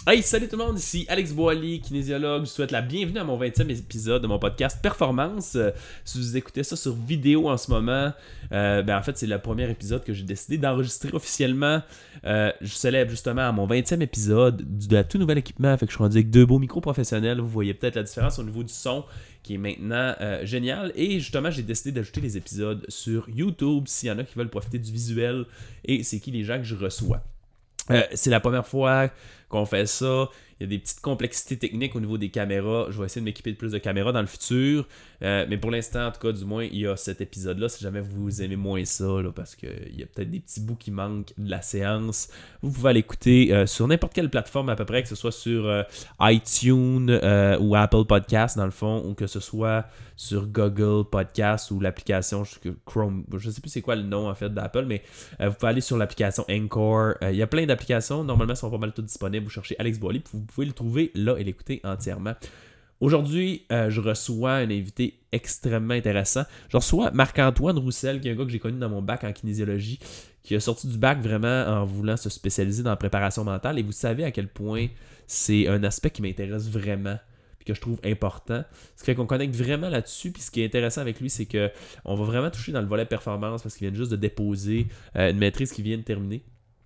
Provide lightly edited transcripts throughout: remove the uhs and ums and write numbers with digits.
Hey, salut tout le monde, ici Alex Boily, kinésiologue. Je vous souhaite la bienvenue à mon 20e épisode de mon podcast Performance. Si vous écoutez ça sur vidéo en ce moment, en fait, c'est le premier épisode que j'ai décidé d'enregistrer officiellement. Je célèbre justement à mon 20e épisode de tout nouvel équipement. Fait que je suis rendu avec 2 beaux micros professionnels. Vous voyez peut-être la différence au niveau du son qui est maintenant génial. Et justement, j'ai décidé d'ajouter les épisodes sur YouTube s'il y en a qui veulent profiter du visuel et c'est qui les gens que je reçois. C'est la première fois qu'on fait ça. Il y a des petites complexités techniques au niveau des caméras. Je vais essayer de m'équiper de plus de caméras dans le futur. Mais pour l'instant, en tout cas, du moins, il y a cet épisode-là. Si jamais vous aimez moins ça, là, parce qu'il y a peut-être des petits bouts qui manquent de la séance, vous pouvez aller écouter sur n'importe quelle plateforme à peu près, que ce soit sur iTunes ou Apple Podcast, dans le fond, ou que ce soit sur Google Podcast ou l'application Chrome. Je ne sais plus c'est quoi le nom en fait d'Apple, mais vous pouvez aller sur l'application Anchor. Il y a plein d'applications. Normalement, elles sont pas mal toutes disponibles. Vous cherchez Alex Boily, puis vous pouvez le trouver là et l'écouter entièrement. Aujourd'hui, je reçois un invité extrêmement intéressant. Je reçois Marc-Antoine Roussel, qui est un gars que j'ai connu dans mon bac en kinésiologie, qui a sorti du bac vraiment en voulant se spécialiser dans la préparation mentale. Et vous savez à quel point c'est un aspect qui m'intéresse vraiment, puis que je trouve important. Ce qui fait qu'on connecte vraiment là-dessus. Puis ce qui est intéressant avec lui, c'est qu'on va vraiment toucher dans le volet performance, parce qu'il vient juste de déposer une maîtrise qu'il vient de terminer.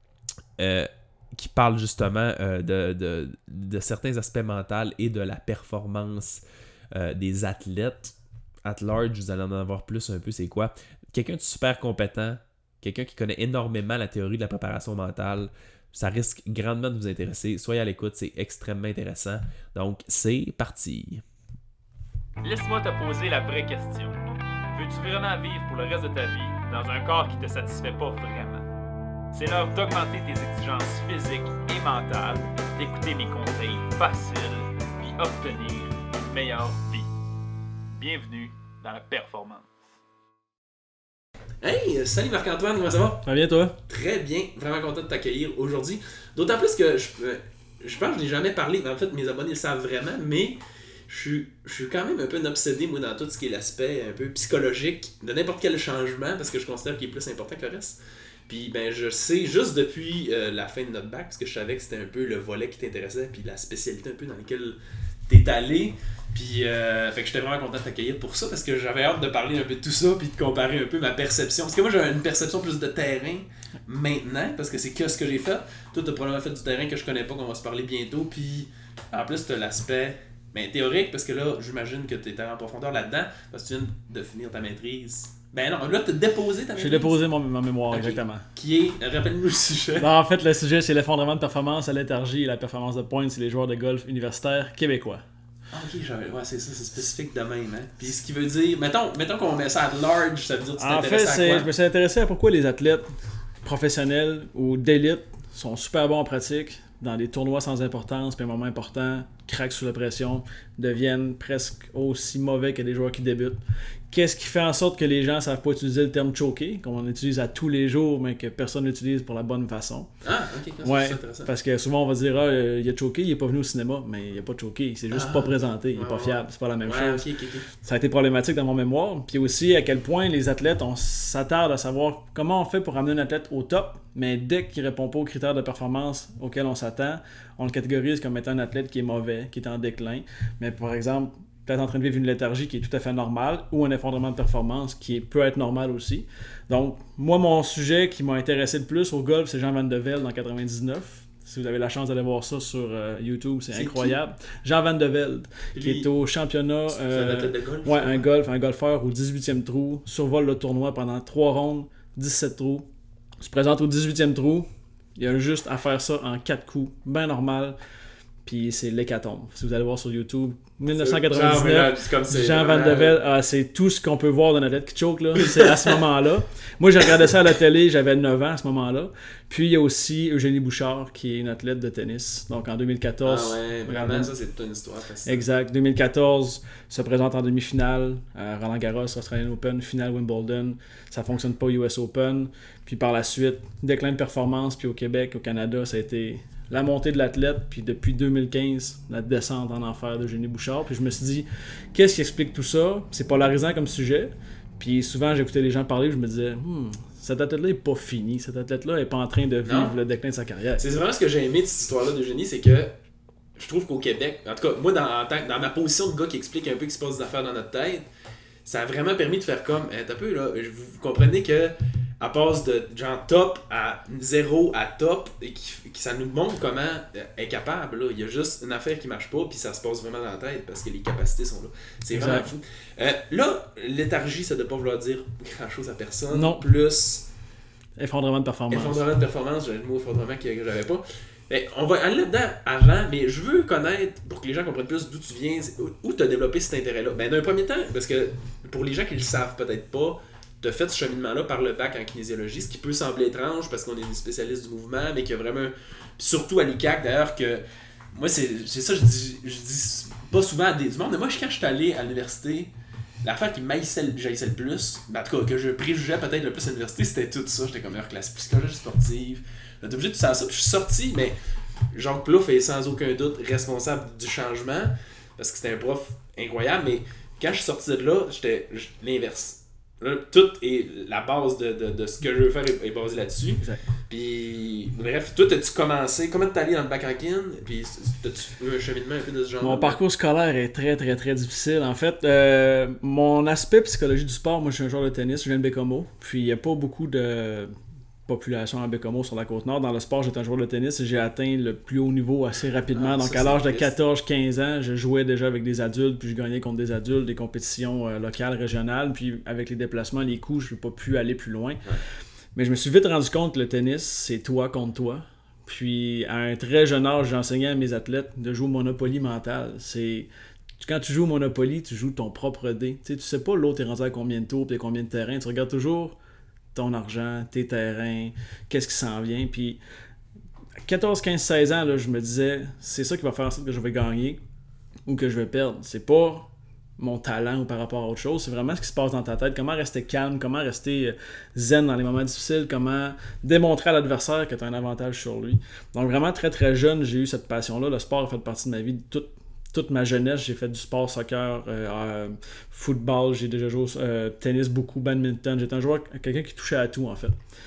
Qui parle justement de certains aspects mentaux et de la performance des athlètes. At large, vous allez en avoir plus un peu, c'est quoi? Quelqu'un de super compétent, quelqu'un qui connaît énormément la théorie de la préparation mentale, ça risque grandement de vous intéresser. Soyez à l'écoute, c'est extrêmement intéressant. Donc, c'est parti! Laisse-moi te poser la vraie question. Veux-tu vraiment vivre pour le reste de ta vie dans un corps qui ne te satisfait pas vraiment? C'est l'heure d'augmenter tes exigences physiques et mentales, d'écouter mes conseils faciles, puis obtenir une meilleure vie. Bienvenue dans la performance. Hey, salut Marc-Antoine, comment ça va? Ça va bien toi? Très bien, vraiment content de t'accueillir aujourd'hui. D'autant plus que je pense que je n'ai jamais parlé, mais en fait mes abonnés le savent vraiment, mais je suis quand même un peu un obsédé moi dans tout ce qui est l'aspect un peu psychologique de n'importe quel changement, parce que je considère qu'il est plus important que le reste. Puis ben je sais juste depuis la fin de notre bac, parce que je savais que c'était un peu le volet qui t'intéressait, puis la spécialité un peu dans laquelle t'es allé. Puis fait que j'étais vraiment content de t'accueillir pour ça, parce que j'avais hâte de parler un peu de tout ça, puis de comparer un peu ma perception. Parce que moi j'ai une perception plus de terrain maintenant, parce que c'est que ce que j'ai fait. Toi t'as probablement fait du terrain que je connais pas, qu'on va se parler bientôt. Puis en plus t'as l'aspect théorique, parce que là j'imagine que t'es en profondeur là-dedans, parce que tu viens de finir ta maîtrise. Ben non, là, t'as déposé ta maîtrise. J'ai déposé ma mémoire, okay. Exactement. Qui est, rappelle-nous le sujet. Ben, en fait, le sujet, c'est l'effondrement de performance à léthargie et la performance de pointe, c'est les joueurs de golf universitaires québécois. Ah, ok, ouais, c'est ça, c'est spécifique de même, hein. Puis ce qui veut dire, mettons qu'on met ça à large, ça veut dire que tu t'intéresses à quoi? Je me suis intéressé à pourquoi les athlètes professionnels ou d'élite sont super bons en pratique, dans des tournois sans importance, puis un moment important, craquent sous la pression, deviennent presque aussi mauvais que des joueurs qui débutent. Qu'est-ce qui fait en sorte que les gens ne savent pas utiliser le terme choker, qu'on utilise à tous les jours, mais que personne n'utilise pour la bonne façon? Ah, ok, ouais, c'est intéressant. Parce que souvent on va dire, il a choké, il n'est pas venu au cinéma, mais il n'a pas choké, c'est juste pas présenté, il n'est pas fiable, c'est pas la même chose. Okay. Ça a été problématique dans mon mémoire, puis aussi à quel point les athlètes, on s'attarde à savoir comment on fait pour amener un athlète au top, mais dès qu'il ne répond pas aux critères de performance auxquels on s'attend, on le catégorise comme étant un athlète qui est mauvais, qui est en déclin, mais par exemple, peut-être en train de vivre une léthargie qui est tout à fait normale ou un effondrement de performance qui peut être normal aussi. Donc, moi, mon sujet qui m'a intéressé le plus au golf, c'est Jean Van de Velde en 99. Si vous avez la chance d'aller voir ça sur YouTube, c'est incroyable. Jean Van de Velde, qui est au championnat... c'est un athlète de golf? Ouais, un golfeur au 18e trou, survole le tournoi pendant 3 rondes, 17 trous. Se présente au 18e trou, il a juste à faire ça en 4 coups, bien normal. Puis c'est l'hécatombe. Si vous allez voir sur YouTube, 1999, Jean Van de Velde, c'est tout ce qu'on peut voir d'un athlète qui choke, là. C'est à ce moment-là. Moi, j'ai regardé ça à la télé, j'avais 9 ans à ce moment-là. Puis il y a aussi Eugénie Bouchard, qui est une athlète de tennis. Donc en 2014... Ah ouais, vraiment, ça c'est toute une histoire facile. Exact. 2014, se présente en demi-finale à Roland Garros, Australian Open, finale Wimbledon. Ça fonctionne pas US Open. Puis par la suite, déclin de performance. Puis au Québec, au Canada, ça a été... la montée de l'athlète, puis depuis 2015, la descente en enfer d'Eugénie Bouchard. Puis je me suis dit, qu'est-ce qui explique tout ça? C'est polarisant comme sujet. Puis souvent, j'écoutais les gens parler, je me disais, cet athlète-là n'est pas fini. Cet athlète-là n'est pas en train de vivre le déclin de sa carrière. C'est vraiment ce que j'ai aimé de cette histoire-là d'Eugénie, c'est que je trouve qu'au Québec, en tout cas, moi, dans ma position de gars qui explique un peu ce qui se passe des affaires dans notre tête, ça a vraiment permis de faire comme, un peu là, vous comprenez que à passe de genre top à 0 à top, et ça nous montre comment est capable, là. Il y a juste une affaire qui marche pas, puis ça se passe vraiment dans la tête, parce que les capacités sont là. C'est Exact. vraiment fou. Là, léthargie, ça ne doit pas vouloir dire grand-chose à personne. Non. Plus effondrement de performance. effondrement de performance, j'ai le mot effondrement que j'avais pas. Mais on va aller là-dedans avant, mais je veux connaître, pour que les gens comprennent plus d'où tu viens, où tu as développé cet intérêt-là. Ben, d'un premier temps, parce que pour les gens qui le savent peut-être pas, tu as fait ce cheminement-là par le bac en kinésiologie, ce qui peut sembler étrange parce qu'on est des spécialistes du mouvement, mais qu'il y a vraiment. Surtout à l'ICAC d'ailleurs, que. Moi, c'est ça, je dis pas souvent à du monde, mais moi, quand je suis allé à l'université, l'affaire qui m'haïssait le plus, ben, en tout cas, que je préjugeais peut-être le plus à l'université, c'était tout ça. J'étais comme meilleure classe psychologie sportive. J'étais obligé de tout ça, puis je suis sorti, mais Jacques Plouffe est sans aucun doute responsable du changement, parce que c'était un prof incroyable, mais quand je suis sorti de là, j'étais l'inverse. Là, tout est la base de ce que je veux faire est basé là-dessus. Exact. Puis, bref, toi, as-tu commencé? Comment t'es allé dans le bac en kin? Puis, as-tu eu un cheminement un peu de ce genre? Mon parcours scolaire est très, très, très difficile. En fait, mon aspect psychologie du sport, moi, je suis un joueur de tennis, je viens de Bécomo. Puis, il n'y a pas beaucoup de population à Bécomo sur la Côte-Nord. Dans le sport, j'étais un joueur de tennis et j'ai atteint le plus haut niveau assez rapidement. Donc, à l'âge de 14-15 ans, je jouais déjà avec des adultes, puis je gagnais contre des adultes, des compétitions locales, régionales. Puis, avec les déplacements, les coups, je n'ai pas pu aller plus loin. Ouais. Mais je me suis vite rendu compte que le tennis, c'est toi contre toi. Puis, à un très jeune âge, j'enseignais à mes athlètes de jouer au Monopoly mental. C'est... Quand tu joues au Monopoly, tu joues ton propre dé. Tu sais pas l'autre est rendu à combien de tours, puis combien de terrains. Tu regardes toujours ton argent, tes terrains, qu'est-ce qui s'en vient. Puis, à 14, 15, 16 ans, là, je me disais, c'est ça qui va faire en sorte que je vais gagner ou que je vais perdre. C'est pas mon talent ou par rapport à autre chose, c'est vraiment ce qui se passe dans ta tête, comment rester calme, comment rester zen dans les moments difficiles, comment démontrer à l'adversaire que tu as un avantage sur lui. Donc vraiment très très jeune, j'ai eu cette passion-là, le sport a fait partie de ma vie, toute ma jeunesse, j'ai fait du sport, soccer, football, j'ai déjà joué au tennis beaucoup, badminton, j'étais un joueur, quelqu'un qui touchait à tout en fait.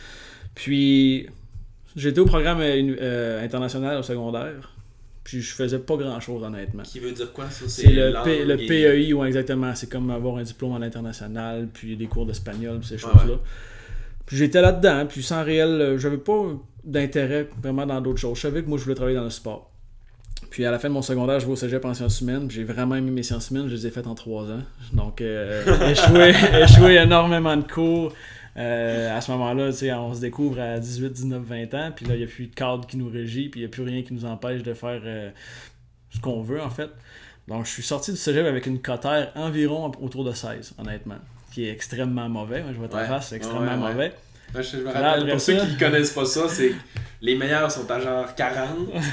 Puis j'étais au programme international au secondaire. Puis je faisais pas grand chose honnêtement. Qui veut dire quoi ça? C'est le PEI, ou exactement. C'est comme avoir un diplôme à l'international, puis des cours d'espagnol, ces choses-là. Ouais. Puis j'étais là-dedans, puis sans réel. J'avais pas d'intérêt vraiment dans d'autres choses. Je savais que moi je voulais travailler dans le sport. Puis à la fin de mon secondaire, je vais au cégep en sciences humaines. Puis j'ai vraiment aimé mes sciences humaines, je les ai faites en 3 ans. Donc échoué énormément de cours. À ce moment-là, on se découvre à 18, 19, 20 ans, puis là, il n'y a plus de cadre qui nous régit, puis il n'y a plus rien qui nous empêche de faire ce qu'on veut, en fait. Donc, je suis sorti du cégep avec une cotère environ autour de 16, honnêtement, qui est extrêmement mauvais. Moi, je vois ta face, c'est extrêmement mauvais. Ouais, je me rappelle, pour ceux qui ne connaissent pas ça, c'est les meilleurs sont à genre 40,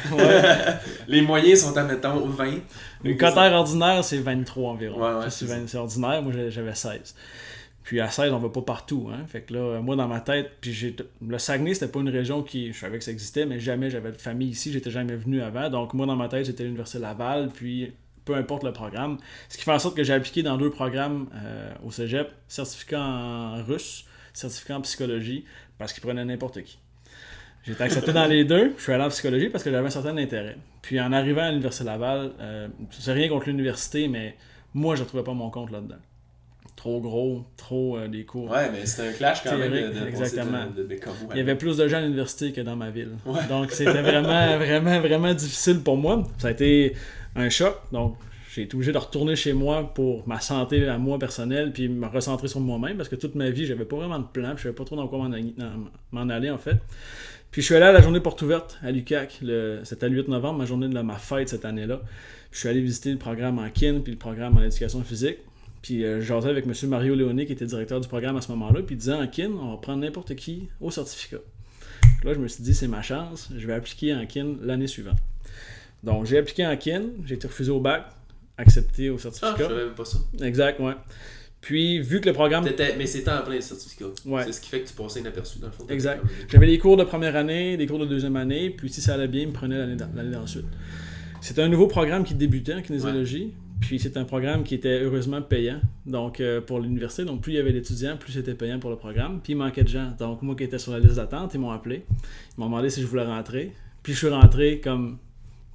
les moyens sont à, mettons, 20. Une cotère ordinaire, c'est 23 environ. Ouais, c'est ordinaire, moi, j'avais 16. Puis à 16, on va pas partout. Hein? Fait que là, moi, dans ma tête, puis le Saguenay, c'était pas une région qui. Je savais que ça existait, mais jamais j'avais de famille ici. J'étais jamais venu avant. Donc, moi, dans ma tête, c'était l'Université Laval, puis peu importe le programme. Ce qui fait en sorte que j'ai appliqué dans 2 programmes au cégep, certificat en russe, certificat en psychologie, parce qu'ils prenaient n'importe qui. J'ai été accepté dans les 2. Je suis allé en psychologie parce que j'avais un certain intérêt. Puis en arrivant à l'Université Laval, c'est rien contre l'université, mais moi, je ne retrouvais pas mon compte là-dedans. Trop gros, trop des cours. Ouais, mais c'était un clash quand même exactement. de Bécomo. Il y avait plus de gens à l'université que dans ma ville. Ouais. Donc c'était vraiment, vraiment, vraiment difficile pour moi. Ça a été un choc. Donc j'ai été obligé de retourner chez moi pour ma santé à moi personnelle, puis me recentrer sur moi-même, parce que toute ma vie, j'avais pas vraiment de plan, puis je savais pas trop dans quoi m'en aller en fait. Puis je suis allé à la journée porte ouverte à l'UQAC. C'était le 8 novembre, ma journée de ma fête cette année-là. Je suis allé visiter le programme en kin, puis le programme en éducation physique. Puis j'asais avec M. Mario Léoné, qui était directeur du programme à ce moment-là, puis il disait en kin, on va prendre n'importe qui au certificat. Puis là, je me suis dit, c'est ma chance, je vais appliquer en kin l'année suivante. Donc, j'ai appliqué en kin, j'ai été refusé au bac, accepté au certificat. Ah, je savais même pas ça. Exact, ouais. Puis, vu que le programme... Mais c'était en plein certificat. Ouais. C'est ce qui fait que tu passais inaperçu dans le fond. Exact. J'avais les cours de première année, des cours de deuxième année, puis si ça allait bien, ils me prenaient l'année d'ensuite. C'était un nouveau programme qui débutait en kinésiologie. Ouais. Puis c'est un programme qui était heureusement payant donc pour l'université. Donc plus il y avait d'étudiants, plus c'était payant pour le programme. Puis il manquait de gens. Donc moi qui étais sur la liste d'attente, ils m'ont appelé. Ils m'ont demandé si je voulais rentrer. Puis je suis rentré comme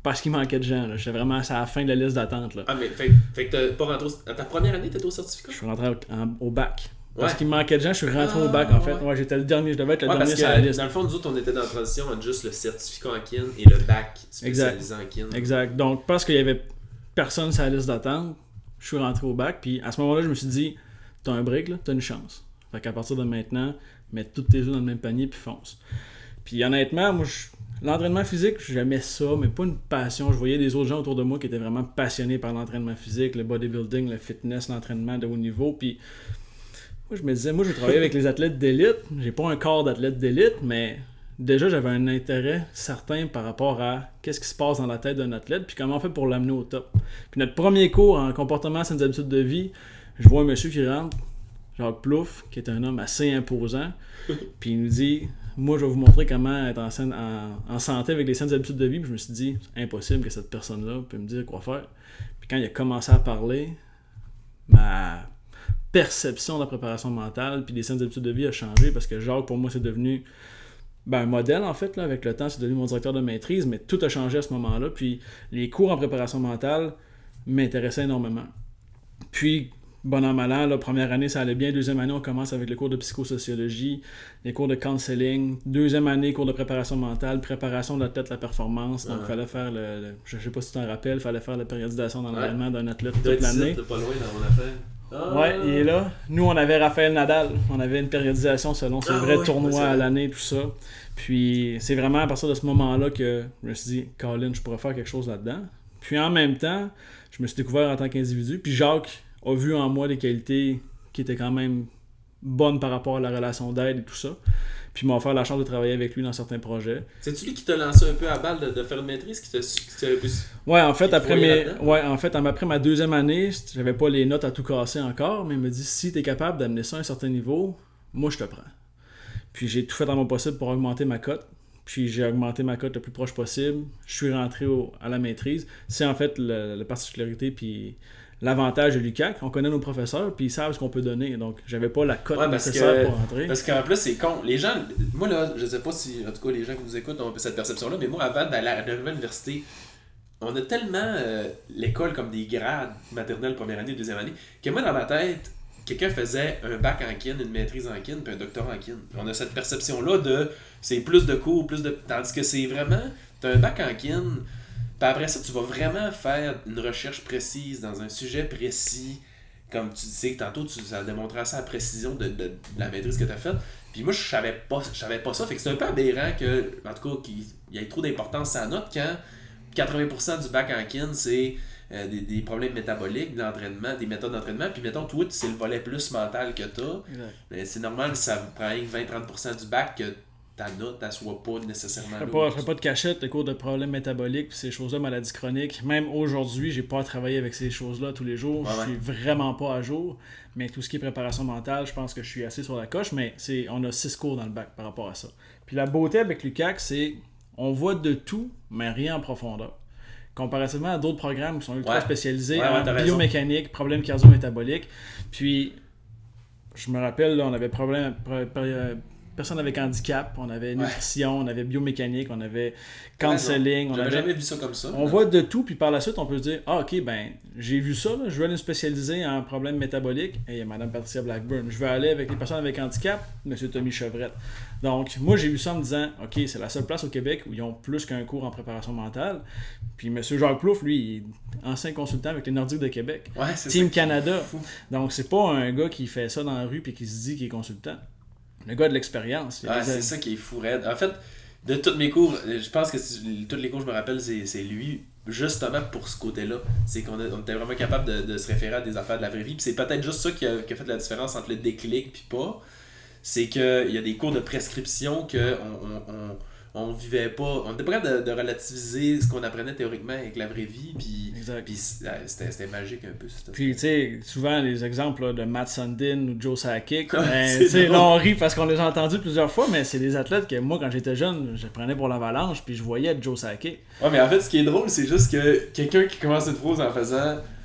parce qu'il manquait de gens. Là. J'étais vraiment à la fin de la liste d'attente. Là. Ah, mais fait que t'as pas rentré à ta première année, t'étais au certificat? Je suis rentré au bac. Parce Ouais. qu'il me manquait de gens, je suis rentré au bac en fait. Ouais, j'étais le dernier, je devais être le dernier parce sur la que liste. dans le fond, nous autres, on était dans la transition entre juste le certificat en kin et le bac spécialisé en kin. Exact. Donc, parce qu'il y avait personne sur la liste d'attente, je suis rentré au bac. Puis à ce moment-là, je me suis dit, t'as un break, là, t'as une chance. Fait qu'à partir de maintenant, mets toutes tes œufs dans le même panier puis fonce. Puis honnêtement, moi, l'entraînement physique, j'aimais ça, mais pas une passion. Je voyais des autres gens autour de moi qui étaient vraiment passionnés par l'entraînement physique, le bodybuilding, le fitness, l'entraînement de haut niveau. Puis moi, je me disais, moi, je vais travailler avec les athlètes d'élite. J'ai pas un corps d'athlète d'élite, mais déjà, j'avais un intérêt certain par rapport à qu'est-ce qui se passe dans la tête d'un athlète, puis comment on fait pour l'amener au top. Puis notre premier cours en comportement, saines habitudes de vie, je vois un monsieur qui rentre, Jacques Plouffe, qui est un homme assez imposant, puis il nous dit, moi, je vais vous montrer comment être en santé avec les saines habitudes de vie. Puis je me suis dit, c'est impossible que cette personne-là puisse me dire quoi faire. Puis quand il a commencé à parler, ma perception de la préparation mentale puis des saines habitudes de vie a changé parce que Jacques, pour moi, c'est devenu un modèle, en fait. Là, avec le temps, c'est devenu mon directeur de maîtrise, mais tout a changé à ce moment-là. Puis les cours en préparation mentale m'intéressaient énormément. Puis, bon an, mal an, la première année, ça allait bien. Deuxième année, on commence avec le cours de psychosociologie, les cours de counseling. Deuxième année, cours de préparation mentale, préparation de l'athlète, la performance. Donc, il fallait faire je sais pas si tu t'en rappelles, il fallait faire la périodisation dans l'entraînement d'un athlète toute l'année. Pas loin dans mon affaire. Ouais, il est là. Nous, on avait Raphaël Nadal. On avait une périodisation selon ses vrais tournois à l'année, tout ça. Puis, c'est vraiment à partir de ce moment-là que je me suis dit, Colin, je pourrais faire quelque chose là-dedans. Puis, en même temps, je me suis découvert en tant qu'individu. Puis, Jacques a vu en moi des qualités qui étaient quand même bonnes par rapport à la relation d'aide et tout ça. Puis il m'a offert la chance de travailler avec lui dans certains projets. C'est-tu lui qui t'a lancé un peu à balle de faire une maîtrise? Ouais, en fait, après ma deuxième année, j'avais pas les notes à tout casser encore, mais il me dit, si tu es capable d'amener ça à un certain niveau, moi je te prends. Puis j'ai tout fait dans mon possible pour augmenter ma cote. Puis j'ai augmenté ma cote le plus proche possible. Je suis rentré à la maîtrise. C'est en fait la particularité puis l'avantage de l'UQAC. On connaît nos professeurs puis ils savent ce qu'on peut donner. Donc j'avais pas la cote nécessaire pour rentrer. Parce qu'en plus c'est con. Les gens, moi là, je sais pas si en tout cas les gens qui nous écoutent ont cette perception-là, mais moi avant d'arriver à l'université, on a tellement l'école comme des grades maternelle, première année, deuxième année, que moi dans ma tête, quelqu'un faisait un bac en kin, une maîtrise en kin, puis un doctorat en kin. On a cette perception-là de c'est plus de cours, tandis que c'est vraiment, t'as un bac en kin, puis après ça, tu vas vraiment faire une recherche précise dans un sujet précis, comme tu sais que tantôt, ça démontrait ça à la précision de la maîtrise que tu as faite. Puis moi, je savais pas ça, fait que c'est un peu aberrant que, en tout cas, qu'il y ait trop d'importance à la note quand 80% du bac en kin, c'est des problèmes métaboliques, de l'entraînement, des méthodes d'entraînement. Puis mettons, toi, c'est le volet plus mental que tu as. Mais c'est normal que ça prend 20-30% du bac que ta note, elle soit pas nécessairement je ne ferai pas de cachette, le cours de problèmes métaboliques, puis ces choses-là, maladies chroniques. Même aujourd'hui, j'ai pas à travailler avec ces choses-là tous les jours. Je suis vraiment pas à jour. Mais tout ce qui est préparation mentale, je pense que je suis assez sur la coche. Mais on a 6 cours dans le bac par rapport à ça. Puis la beauté avec l'UQAC, c'est on voit de tout, mais rien en profondeur. Comparativement à d'autres programmes qui sont ultra spécialisés en biomécanique, problèmes cardio-métaboliques. Puis, je me rappelle, là, on avait personne avec handicap, on avait nutrition, on avait biomécanique, on avait counseling. J'avais jamais vu ça comme ça. On voit de tout, puis par la suite, on peut se dire, ok, ben, j'ai vu ça, là, je veux aller me spécialiser en problèmes métaboliques. Et Mme Patricia Blackburn. Je veux aller avec les personnes avec handicap, M. Tommy Chevrette. Donc, moi, j'ai vu ça en me disant, ok, c'est la seule place au Québec où ils ont plus qu'un cours en préparation mentale. Puis M. Jacques Plouffe, lui, il est ancien consultant avec les Nordiques de Québec. Team Canada. Donc, c'est pas un gars qui fait ça dans la rue puis qui se dit qu'il est consultant. Le gars de l'expérience. C'est ça qui est fou raide. En fait, de tous mes cours, je pense que tous les cours, je me rappelle, c'est lui, justement pour ce côté-là. C'est qu'on était vraiment capable de se référer à des affaires de la vraie vie. Puis c'est peut-être juste ça qui a fait la différence entre le déclic puis pas. C'est qu'il y a des cours de prescription on vivait pas, on était pas capable de relativiser ce qu'on apprenait théoriquement avec la vraie vie, puis c'était magique un peu. Puis tu sais, souvent les exemples là, de Matt Sundin ou Joe Sakic, là on rit parce qu'on les a entendus plusieurs fois, mais c'est des athlètes que moi quand j'étais jeune, je prenais pour l'Avalanche, puis je voyais Joe Sakic. Ouais, mais en fait ce qui est drôle, c'est juste que quelqu'un qui commence une phrase en faisant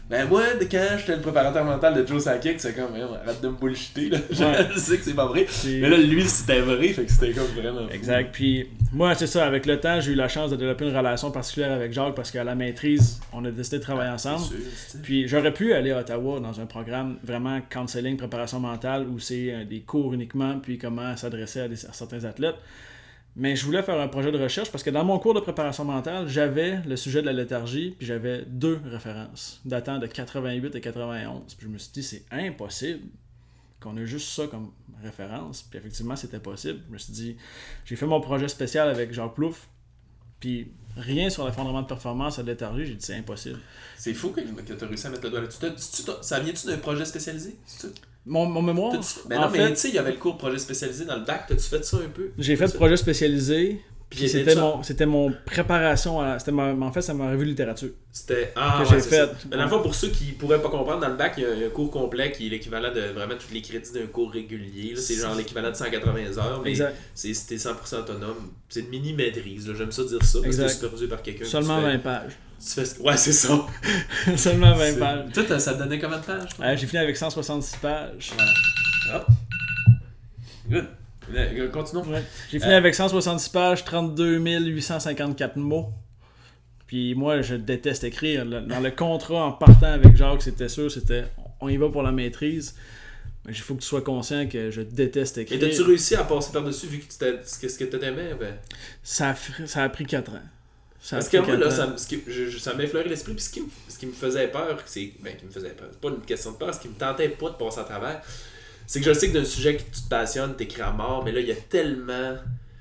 Ben moi, quand j'étais le préparateur mental de Joe Sakic, c'est comme, arrête de me bullshiter, là. Je sais que c'est pas vrai. Mais là, lui, c'était vrai, fait que c'était comme vraiment fou. Exact. Puis moi, c'est ça, avec le temps, j'ai eu la chance de développer une relation particulière avec Jacques parce qu'à la maîtrise, on a décidé de travailler ensemble. Sûr, puis j'aurais pu aller à Ottawa dans un programme vraiment counseling, préparation mentale, où c'est des cours uniquement, puis comment s'adresser à certains athlètes. Mais je voulais faire un projet de recherche parce que dans mon cours de préparation mentale, j'avais le sujet de la léthargie, puis j'avais 2 références datant de 88 et 91. Puis je me suis dit, c'est impossible qu'on ait juste ça comme référence. Puis effectivement, c'était possible. Je me suis dit, j'ai fait mon projet spécial avec Jacques Plouffe, puis rien sur l'effondrement de performance à la léthargie, j'ai dit, c'est impossible. C'est fou que tu as réussi à mettre le doigt là-dessus. Ça vient-tu d'un projet spécialisé? Mon mémoire, Mais non, mais tu sais, il y avait le cours projet spécialisé dans le bac. T'as-tu fait ça un peu? J'ai fait le projet spécialisé. Puis c'était mon préparation en fait, c'est ma revue de littérature. C'était que j'ai fait. Mais dans le fond, pour ceux qui pourraient pas comprendre, dans le bac, il y a un cours complet qui est l'équivalent de vraiment tous les crédits d'un cours régulier. Là. C'est genre l'équivalent de 180 heures, mais c'était 100% autonome. C'est une mini-maîtrise, là. J'aime ça dire ça, parce que c'est supervisé par quelqu'un. Seulement 20 pages. Ouais, c'est ça. Seulement 20 pages. Toi, ça te donnait combien de pages? J'ai fini avec 166 pages. Ouais. Hop. Good. Continuons. Ouais. J'ai fini avec 166 pages, 32 854 mots. Puis moi, je déteste écrire. Dans le contrat en partant avec Jacques, c'était sûr, c'était on y va pour la maîtrise. Mais il faut que tu sois conscient que je déteste écrire. Et t'as-tu réussi à passer par-dessus vu que ce que tu aimais? Ben... Ça a pris 4 ans. Parce que moi, là, ça m'a effleuré l'esprit. Puis ce qui me faisait peur, c'est pas une question de peur, ce qui me tentait pas de passer à travers, c'est que je sais que d'un sujet que tu te passionnes, t'écris à mort, mais là, il y a tellement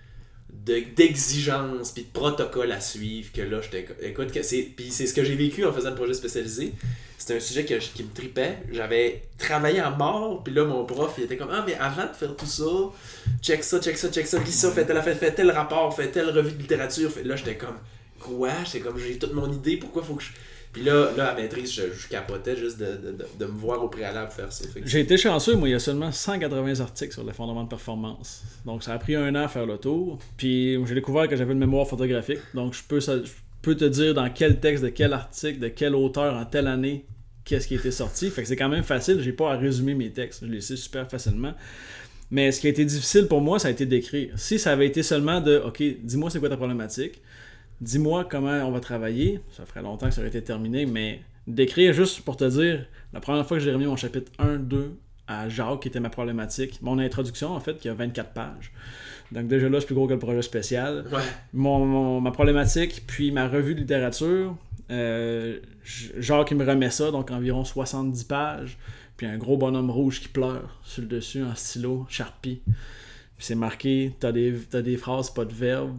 d'exigences puis de protocoles à suivre que là, puis c'est ce que j'ai vécu en faisant le projet spécialisé. C'était un sujet qui me tripait. J'avais travaillé à mort, puis là, mon prof, il était comme « Ah, mais avant de faire tout ça, check ça, lis ça, fais tel rapport, fais telle revue de littérature. » Là, j'étais comme « Quoi? » J'étais comme « J'ai toute mon idée, pourquoi faut que je... » Puis là, à maîtrise, je capotais juste de me voir au préalable faire ça. J'ai été chanceux, moi, il y a seulement 180 articles sur l'effondrement de performance. Donc, ça a pris 1 an à faire le tour. Puis, j'ai découvert que j'avais une mémoire photographique. Donc, je peux te dire dans quel texte, de quel article, de quel auteur, en telle année, qu'est-ce qui était sorti. Fait que c'est quand même facile. J'ai pas à résumer mes textes. Je les sais super facilement. Mais ce qui a été difficile pour moi, ça a été d'écrire. Si ça avait été seulement de « OK, dis-moi c'est quoi ta problématique », dis-moi comment on va travailler. Ça ferait longtemps que ça aurait été terminé, mais d'écrire juste pour te dire, la première fois que j'ai remis mon chapitre 1, 2 à Jacques, qui était ma problématique, mon introduction, en fait, qui a 24 pages. Donc déjà là, c'est plus gros que le projet spécial. Ouais. Ma problématique, puis ma revue de littérature, Jacques, il me remet ça, donc environ 70 pages, puis un gros bonhomme rouge qui pleure sur le dessus, en stylo, Sharpie. Puis c'est marqué, t'as des phrases, pas de verbes.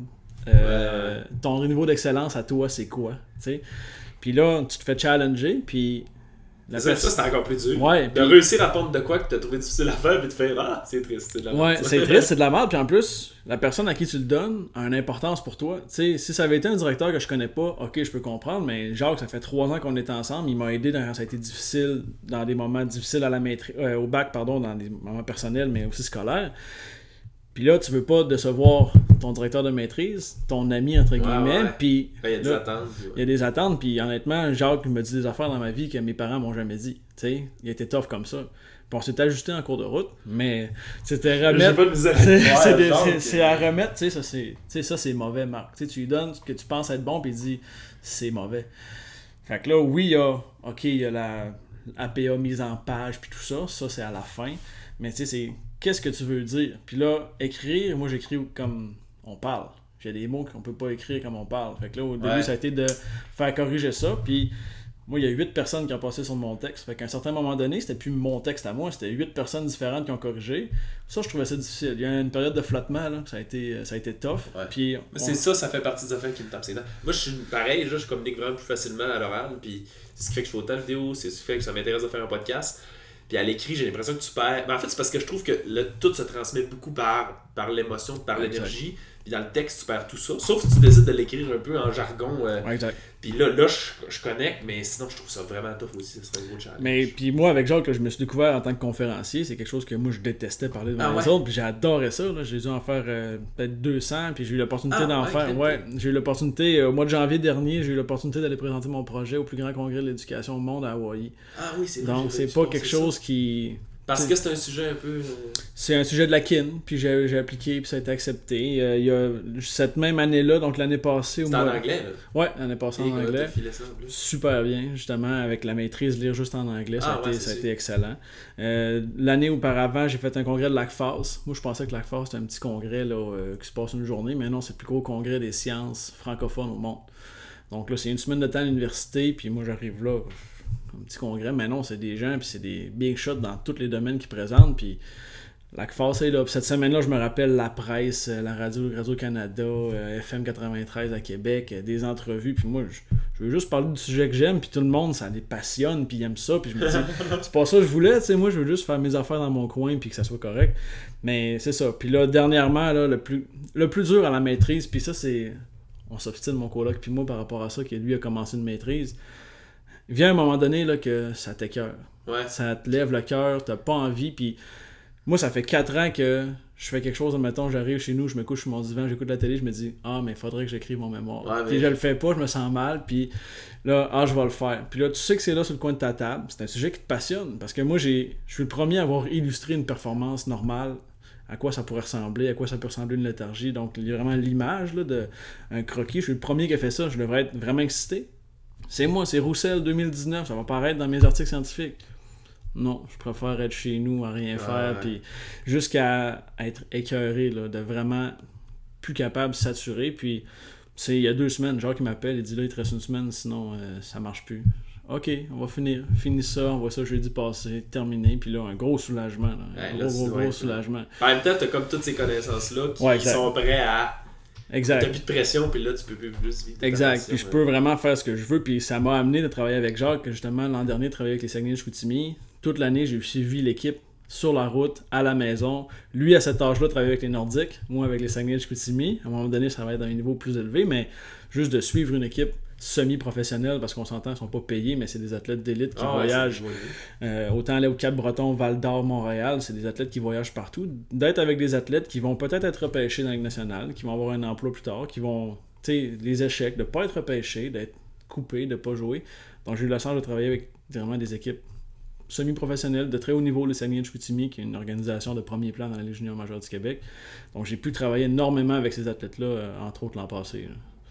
Ton niveau d'excellence à toi, c'est quoi? T'sais? Puis là, tu te fais challenger, puis... Ça, c'est encore plus dur. Ouais, de réussir à répondre de quoi que tu as trouvé difficile à faire, puis de faire « Ah, c'est triste, c'est de la merde. » Ouais, c'est triste, c'est de la merde, puis en plus, la personne à qui tu le donnes a une importance pour toi. T'sais, si ça avait été un directeur que je connais pas, ok, je peux comprendre, mais Jacques, ça fait 3 ans qu'on est ensemble, il m'a aidé quand ça a été difficile, dans des moments difficiles à la maîtrise, au bac, pardon, dans des moments personnels, mais aussi scolaires. Puis là, tu veux pas décevoir ton directeur de maîtrise, ton ami, entre guillemets, puis... Il y a des attentes. Il y a des attentes, puis honnêtement, Jacques me dit des affaires dans ma vie que mes parents m'ont jamais dit. Tu sais, il était tough comme ça. Puis on s'est ajusté en cours de route, mais c'était remettre... J'ai pas de misère. C'est à remettre, tu sais, ça c'est mauvais, Marc. Tu sais, tu lui donnes ce que tu penses être bon, puis il dit c'est mauvais. Fait que là, oui, il y a la APA mise en page, puis tout ça c'est à la fin. Mais tu sais, c'est... Qu'est-ce que tu veux dire? Puis là, écrire, moi j'écris comme on parle. J'ai des mots qu'on peut pas écrire comme on parle. Fait que là, au début, ça a été de faire corriger ça. Puis moi, il y a 8 personnes qui ont passé sur mon texte. Fait qu'à un certain moment donné, c'était plus mon texte à moi, c'était 8 personnes différentes qui ont corrigé. Ça, je trouvais ça difficile. Il y a une période de flottement, là, ça a été tough. Ouais. Puis mais c'est ça fait partie des affaires qui me tapent ses dents. Moi, je suis pareil, je communique vraiment plus facilement à l'oral. Puis c'est ce qui fait que je fais autant de vidéos, c'est ce qui fait que ça m'intéresse de faire un podcast. Puis à l'écrit, j'ai l'impression que tu perds. Mais en fait, c'est parce que je trouve que tout se transmet beaucoup par l'émotion, par l'énergie. Puis dans le texte, tu perds tout ça. Sauf si tu décides de l'écrire un peu en jargon. Ouais, exact. Puis là je connecte, mais sinon, je trouve ça vraiment tough aussi. Ça serait un gros challenge. Mais puis moi, avec Jacques, là, je me suis découvert en tant que conférencier. C'est quelque chose que moi, je détestais parler devant les autres. Puis j'adorais ça. Là. J'ai dû en faire peut-être 200. Puis j'ai eu l'opportunité d'en faire. Ouais, j'ai eu l'opportunité, au mois de janvier dernier, j'ai eu l'opportunité d'aller présenter mon projet au plus grand congrès de l'éducation au monde à Hawaï. Ah oui, c'est vrai. Donc, c'est pas quelque chose qui... Parce que c'est un sujet un peu... C'est un sujet de la kin, puis j'ai appliqué, puis ça a été accepté. Il y a cette même année-là, donc l'année passée... C'était en anglais, là? Ouais, l'année passée en anglais. Ça, en plus. Super bien, justement, avec la maîtrise lire juste en anglais, ça a été excellent. L'année auparavant, j'ai fait un congrès de l'ACFAS. Moi, je pensais que l'ACFAS, c'était un petit congrès là, qui se passe une journée, mais non, c'est le plus gros congrès des sciences francophones au monde. Donc là, c'est une semaine de temps à l'université, puis moi, j'arrive là... un petit congrès, mais non, c'est des gens, puis c'est des big shots dans tous les domaines qu'ils présentent, puis la CFAS est là. Puis cette semaine-là, je me rappelle la presse, la Radio-Canada, FM 93 à Québec, des entrevues, puis moi, je veux juste parler du sujet que j'aime, puis tout le monde, ça les passionne, puis ils aiment ça, puis je me dis, c'est pas ça que je voulais, tu sais, moi, je veux juste faire mes affaires dans mon coin, puis que ça soit correct, mais c'est ça. Puis là, dernièrement, là, le plus dur à la maîtrise, puis ça, c'est... On s'obstine, mon coloc, puis moi, par rapport à ça, que lui a commencé une maîtrise. Il vient un moment donné là, que ça t'écoeure. Ouais. Ça te lève le cœur, t'as pas envie. Puis moi, ça fait 4 ans que je fais quelque chose. Admettons, j'arrive chez nous, je me couche sur mon divan, j'écoute la télé, je me dis « Ah, mais il faudrait que j'écrive mon mémoire. Ouais, » Puis je le fais pas, je me sens mal. Puis là, je vais le faire. Puis là, tu sais que c'est là sur le coin de ta table. C'est un sujet qui te passionne. Parce que moi, je suis le premier à avoir illustré une performance normale. À quoi ça pourrait ressembler, à quoi ça peut ressembler une léthargie. Donc, il y a vraiment l'image là, d'un croquis. Je suis le premier qui a fait ça. Je devrais être vraiment excité. C'est moi, c'est Roussel 2019, ça va paraître dans mes articles scientifiques. Non, je préfère être chez nous à rien faire, puis jusqu'à être écœuré, là, de vraiment plus capable de saturer. Puis il y a 2 semaines, Jacques qui m'appelle, il dit là, il te reste une semaine, sinon ça marche plus. Ok, on va finir ça, on voit ça jeudi passé, terminé, puis là, un gros soulagement. Là, un gros soulagement. En même temps, t'as comme toutes ces connaissances-là qui sont prêts à... Exact. T'as plus de pression, puis là, tu peux plus vivre. Exact. Puis je peux vraiment faire ce que je veux. Puis ça m'a amené de travailler avec Jacques, justement, l'an dernier, de travailler avec les Saguenay-Chicoutimi. Toute l'année, j'ai suivi l'équipe sur la route, à la maison. Lui, à cet âge-là, travaillait avec les Nordiques. Moi, avec les Saguenay-Chicoutimi. À un moment donné, ça va être dans un niveau plus élevé, mais juste de suivre une équipe semi-professionnelle, parce qu'on s'entend, ils sont pas payés, mais c'est des athlètes d'élite qui voyagent. Autant aller au Cap-Breton, Val-d'Or, Montréal, c'est des athlètes qui voyagent partout. D'être avec des athlètes qui vont peut-être être repêchés dans la Ligue nationale, qui vont avoir un emploi plus tard, qui vont, tu sais, les échecs, de pas être repêchés, d'être coupés, de pas jouer. Donc j'ai eu la chance de travailler avec vraiment des équipes semi-professionnelles de très haut niveau, le Saguenay-Chicoutimi, qui est une organisation de premier plan dans la Ligue junior majeure du Québec. Donc j'ai pu travailler énormément avec ces athlètes-là, entre autres l'an passé.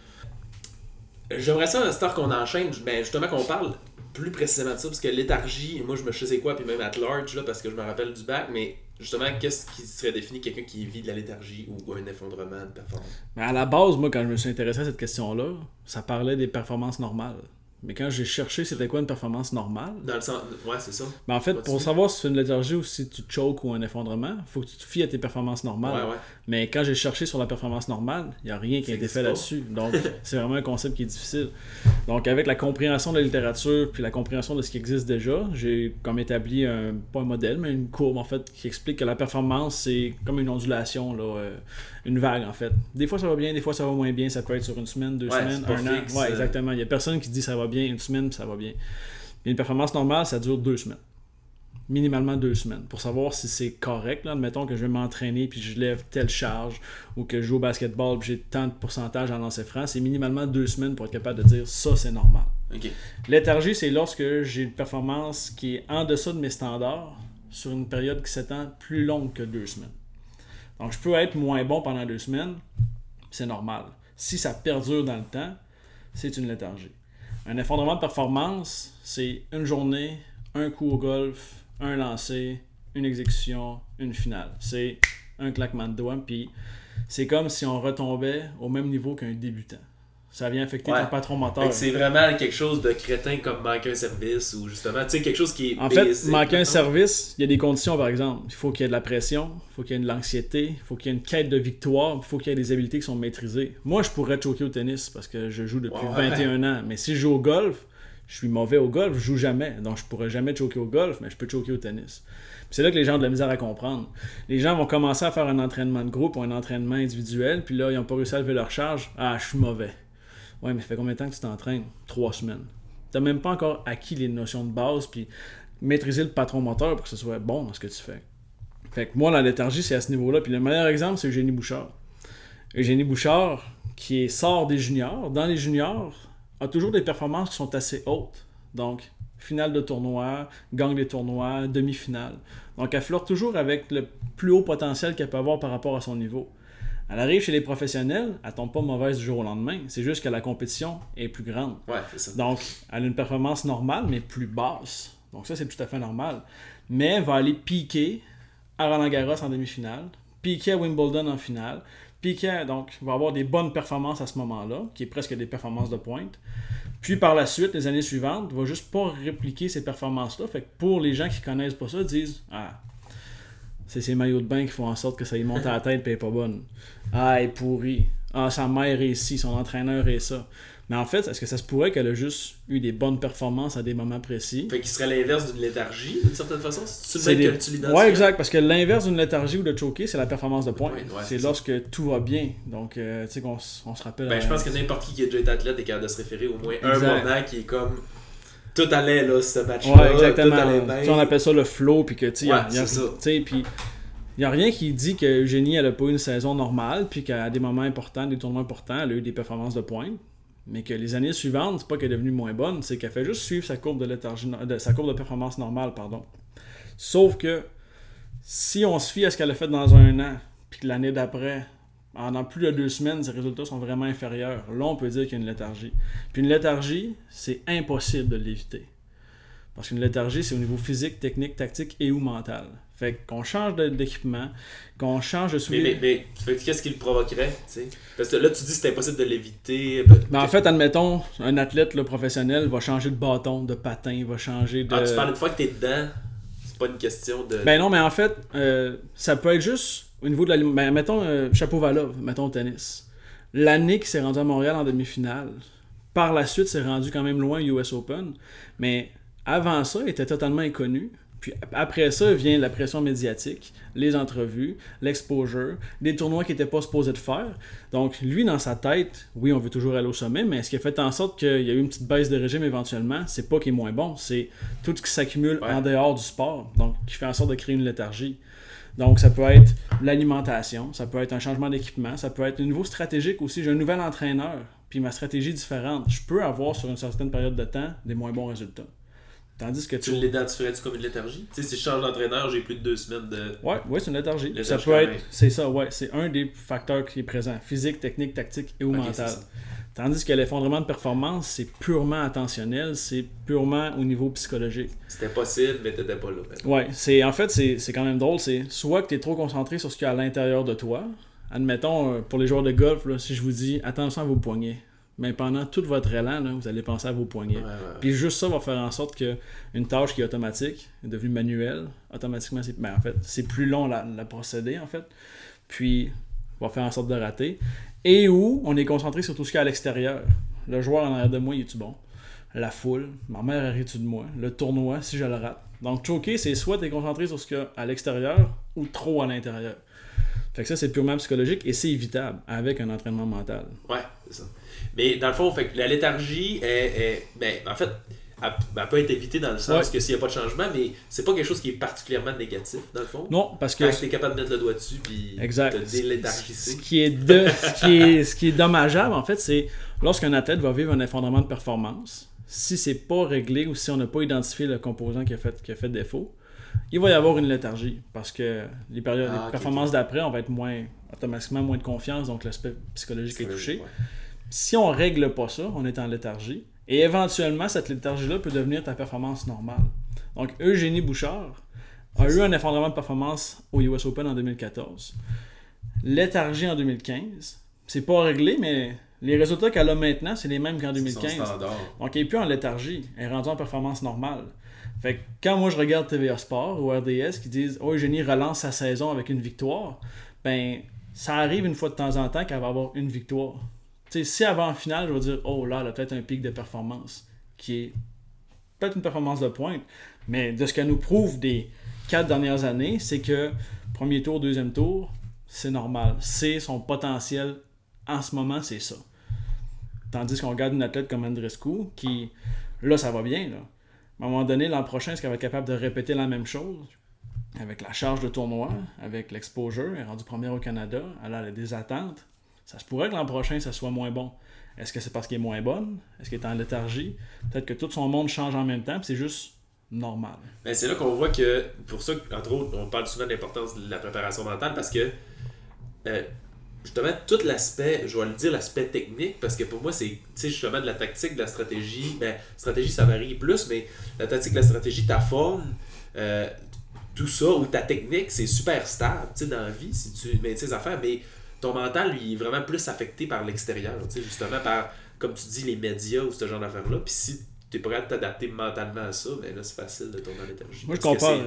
J'aimerais ça, à cette heure qu'on enchaîne, ben justement qu'on parle plus précisément de ça, parce que léthargie, moi je me sais quoi, puis même at large, là, parce que je me rappelle du bac, mais justement, qu'est-ce qui serait défini quelqu'un qui vit de la léthargie ou un effondrement de performance? Mais à la base, moi, quand je me suis intéressé à cette question-là, ça parlait des performances normales. Mais quand j'ai cherché c'était quoi une performance normale... Dans le sens... Ouais, c'est ça. Ben en fait, pour savoir si tu fais une léthargie ou si tu choques ou un effondrement, il faut que tu te fies à tes performances normales. Ouais. Mais quand j'ai cherché sur la performance normale, il n'y a rien qui a été fait là-dessus. Donc, c'est vraiment un concept qui est difficile. Donc, avec la compréhension de la littérature puis la compréhension de ce qui existe déjà, j'ai comme établi pas un modèle, mais une courbe, en fait, qui explique que la performance, c'est comme une ondulation, là, une vague, en fait. Des fois, ça va bien, des fois, ça va moins bien. Ça peut être sur une semaine, 2 semaines, un an. Fixe, ouais, exactement. Il n'y a personne qui dit ça va bien, une semaine, puis ça va bien. Et une performance normale, ça dure 2 semaines. Minimalement 2 semaines. Pour savoir si c'est correct, là, admettons que je vais m'entraîner puis je lève telle charge ou que je joue au basketball puis j'ai tant de pourcentage en lancer franc, c'est minimalement 2 semaines pour être capable de dire ça, c'est normal. Okay. Léthargie, c'est lorsque j'ai une performance qui est en deçà de mes standards sur une période qui s'étend plus longue que 2 semaines. Donc, je peux être moins bon pendant 2 semaines, c'est normal. Si ça perdure dans le temps, c'est une léthargie. Un effondrement de performance, c'est une journée, un coup au golf, un lancer, une exécution, une finale. C'est un claquement de doigts, puis c'est comme si on retombait au même niveau qu'un débutant. Ça vient affecter ton patron moteur. C'est vraiment quelque chose de crétin comme manquer un service ou justement, tu sais, quelque chose qui est en fait, manquer un service, il y a des conditions par exemple. Il faut qu'il y ait de la pression, il faut qu'il y ait de l'anxiété, il faut qu'il y ait une quête de victoire, il faut qu'il y ait des habiletés qui sont maîtrisées. Moi, je pourrais choquer au tennis parce que je joue depuis 21 ans, mais si je joue au golf, Je suis mauvais au golf, je joue jamais. Donc, je pourrais jamais choquer au golf, mais je peux choquer au tennis. Puis c'est là que les gens ont de la misère à comprendre. Les gens vont commencer à faire un entraînement de groupe ou un entraînement individuel, puis là, ils n'ont pas réussi à lever leur charge. Ah, je suis mauvais. Ouais, mais ça fait combien de temps que tu t'entraînes? 3 semaines. Tu n'as même pas encore acquis les notions de base, puis maîtriser le patron moteur pour que ce soit bon dans ce que tu fais. Fait que moi, la léthargie, c'est à ce niveau-là. Puis le meilleur exemple, c'est Eugénie Bouchard. Eugénie Bouchard, qui sort des juniors. Dans les juniors, a toujours des performances qui sont assez hautes. Donc, finale de tournoi, gagne des tournois, demi-finale. Donc, elle flirte toujours avec le plus haut potentiel qu'elle peut avoir par rapport à son niveau. Elle arrive chez les professionnels, elle tombe pas mauvaise du jour au lendemain. C'est juste que la compétition est plus grande. Ouais, c'est ça. Donc, elle a une performance normale, mais plus basse. Donc ça, c'est tout à fait normal. Mais elle va aller piquer à Roland-Garros en demi-finale, piquer à Wimbledon en finale, piquer, donc va avoir des bonnes performances à ce moment-là, qui est presque des performances de pointe. Puis par la suite, les années suivantes, va juste pas répliquer ces performances-là. Fait que pour les gens qui connaissent pas ça, disent « Ah, c'est ces maillots de bain qui font en sorte que ça y monte à la tête et elle est pas bonne. Ah, elle est pourrie. Ah, sa mère est ici, son entraîneur est ça. » Mais en fait, est-ce que ça se pourrait qu'elle a juste eu des bonnes performances à des moments précis? Fait qu'il serait l'inverse d'une léthargie, d'une certaine façon? C'est le même que tu l'identifies? Ouais, exact, parce que l'inverse d'une léthargie ou de choquer, c'est la performance de pointe. Ouais, c'est lorsque tout va bien. Donc, tu sais qu'on se rappelle... Ben, je pense que n'importe qui a déjà été athlète est capable de se référer au moins exact. un moment qui est comme... Tout allait, là, ce match-là. Ouais, exactement. Tout allait bien. T'sais, on appelle ça le flow, puis que, tu sais, c'est ça. Puis... Il n'y a rien qui dit que Eugénie, elle n'a pas eu une saison normale, puis qu'à des moments importants, des tournois importants, elle a eu des performances de pointe. Mais que les années suivantes, c'est pas qu'elle est devenue moins bonne, c'est qu'elle fait juste suivre sa courbe de léthargie, sa courbe de performance normale, pardon. Sauf que si on se fie à ce qu'elle a fait dans un an, puis que l'année d'après, pendant plus de 2 semaines, ses résultats sont vraiment inférieurs, là on peut dire qu'il y a une léthargie. Puis une léthargie, c'est impossible de l'éviter. Parce qu'une léthargie, c'est au niveau physique, technique, tactique et ou mental. Fait qu'on change d'équipement, qu'on change de suivi. Mais qu'est-ce qui le provoquerait, tu sais? Parce que là, tu dis que c'est impossible de l'éviter. Mais en fait, admettons, un athlète là, professionnel va changer de bâton, de patin, va changer de... Ah, tu parlais de fois que t'es dedans, c'est pas une question de... Ben non, mais en fait, ça peut être juste au niveau de la... Ben, mettons, Chapovalov, mettons au tennis. L'année qu'il s'est rendu à Montréal en demi-finale, par la suite, s'est rendu quand même loin US Open, mais avant ça, il était totalement inconnu. Puis après ça, vient la pression médiatique, les entrevues, l'exposure, des tournois qu'il n'était pas supposé de faire. Donc, lui, dans sa tête, oui, on veut toujours aller au sommet, mais ce qui a fait en sorte qu'il y a eu une petite baisse de régime éventuellement, c'est pas qu'il est moins bon, c'est tout ce qui s'accumule en dehors du sport, donc qui fait en sorte de créer une léthargie. Donc, ça peut être l'alimentation, ça peut être un changement d'équipement, ça peut être un niveau stratégique aussi. J'ai un nouvel entraîneur, puis ma stratégie est différente. Je peux avoir, sur une certaine période de temps, des moins bons résultats. Tandis que tu l'identifierais-tu comme une léthargie? Tu sais, si je change d'entraîneur, j'ai plus de 2 semaines de... Ouais, c'est une léthargie. Ça peut être... C'est ça, ouais. C'est un des facteurs qui est présent. Physique, technique, tactique et ou mental. Tandis que l'effondrement de performance, c'est purement attentionnel, c'est purement au niveau psychologique. C'était possible, mais t'étais pas là. Ouais, en fait, c'est quand même drôle. C'est soit que t'es trop concentré sur ce qu'il y a à l'intérieur de toi. Admettons, pour les joueurs de golf, là, si je vous dis « Attention à vos poignets », mais pendant tout votre élan, là, vous allez penser à vos poignets. Ouais. Puis juste ça va faire en sorte qu'une tâche qui est automatique est devenue manuelle. Automatiquement, en fait, c'est plus long la procéder, en fait. Puis, va faire en sorte de rater. Et où on est concentré sur tout ce qu'il y a à l'extérieur. Le joueur en arrière de moi, il est-tu bon? La foule, ma mère arrive-tu de moi? Le tournoi, si je le rate. Donc, choquer, c'est soit tu es concentré sur ce qu'il y a à l'extérieur ou trop à l'intérieur. Fait que ça, c'est purement psychologique et c'est évitable avec un entraînement mental. Ouais, c'est ça. Mais dans le fond, fait que la léthargie en fait, elle peut être évitée dans le sens que s'il n'y a pas de changement, mais c'est pas quelque chose qui est particulièrement négatif, dans le fond. Non, parce que... Quand tu es capable de mettre le doigt dessus puis te déléthargiser. Ce qui est dommageable, en fait, c'est lorsqu'un athlète va vivre un effondrement de performance, si c'est pas réglé ou si on n'a pas identifié le composant qui a fait défaut, il va y avoir une léthargie parce que les performances d'après, on va être automatiquement moins de confiance, donc l'aspect psychologique est touché. Ouais. Si on règle pas ça, on est en léthargie. Et éventuellement, cette léthargie-là peut devenir ta performance normale. Donc, Eugénie Bouchard a eu un effondrement de performance au US Open en 2014. Léthargie en 2015. C'est pas réglé, mais les résultats qu'elle a maintenant, c'est les mêmes qu'en 2015. Donc, elle n'est plus en léthargie. Elle est rendue en performance normale. Fait que quand moi je regarde TVA Sport ou RDS qui disent « Oh, Eugénie relance sa saison avec une victoire », ben ça arrive une fois de temps en temps qu'elle va avoir une victoire. T'sais, si avant en finale, je vais dire « Oh là, elle a peut-être un pic de performance qui est peut-être une performance de pointe, mais de ce qu'elle nous prouve des 4 dernières années, c'est que premier tour, deuxième tour, c'est normal. C'est son potentiel en ce moment, c'est ça. Tandis qu'on regarde une athlète comme Andreescu, qui, là, ça va bien, là. À un moment donné, l'an prochain, est-ce qu'elle va être capable de répéter la même chose? Avec la charge de tournoi, avec l'exposure, elle est rendue première au Canada, elle a des attentes. Ça se pourrait que l'an prochain, ça soit moins bon. Est-ce que c'est parce qu'elle est moins bonne? Est-ce qu'elle est en léthargie? Peut-être que tout son monde change en même temps, puis c'est juste normal. Ben, c'est là qu'on voit que, pour ça, entre autres, on parle souvent de l'importance de la préparation mentale, parce que justement, tout l'aspect, je vais le dire, l'aspect technique, parce que pour moi, c'est justement de la tactique, de la stratégie. Ben, stratégie, ça varie plus, mais la tactique, la stratégie, ta forme, tout ça, ou ta technique, c'est super stable, tu sais, dans la vie, si tu mets tes affaires, mais ton mental, lui, est vraiment plus affecté par l'extérieur, tu sais, justement, par, comme tu dis, les médias ou ce genre d'affaires-là. Puis si tu es prêt à t'adapter mentalement à ça, ben là, c'est facile de tourner en léthargie. Moi,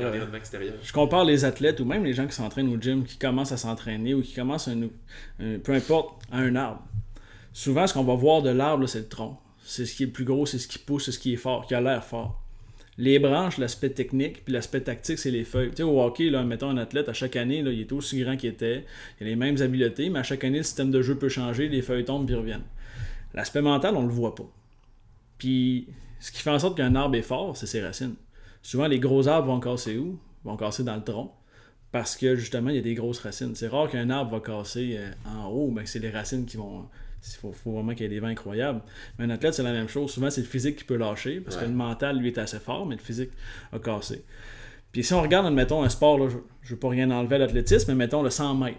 je compare les athlètes ou même les gens qui s'entraînent au gym, qui commencent à s'entraîner ou qui commencent peu importe, à un arbre. Souvent, ce qu'on va voir de l'arbre, là, c'est le tronc. C'est ce qui est le plus gros, c'est ce qui pousse, c'est ce qui est fort, qui a l'air fort. Les branches, l'aspect technique, puis l'aspect tactique, c'est les feuilles. Tu sais, au hockey, là, mettons un athlète, à chaque année, là, il est aussi grand qu'il était, il a les mêmes habiletés, mais à chaque année, le système de jeu peut changer, les feuilles tombent puis reviennent. L'aspect mental, on le voit pas. Puis, ce qui fait en sorte qu'un arbre est fort, c'est ses racines. Souvent, les gros arbres vont casser où? Ils vont casser dans le tronc, parce que, justement, il y a des grosses racines. C'est rare qu'un arbre va casser en haut, mais c'est les racines qui vont... Il faut vraiment qu'il y ait des vents incroyables. Mais un athlète, c'est la même chose. Souvent, c'est le physique qui peut lâcher, parce que le mental, lui, est assez fort, mais le physique a cassé. Puis si on regarde, admettons, un sport, là, je ne veux pas rien enlever à l'athlétisme, mais mettons le 100 mètres.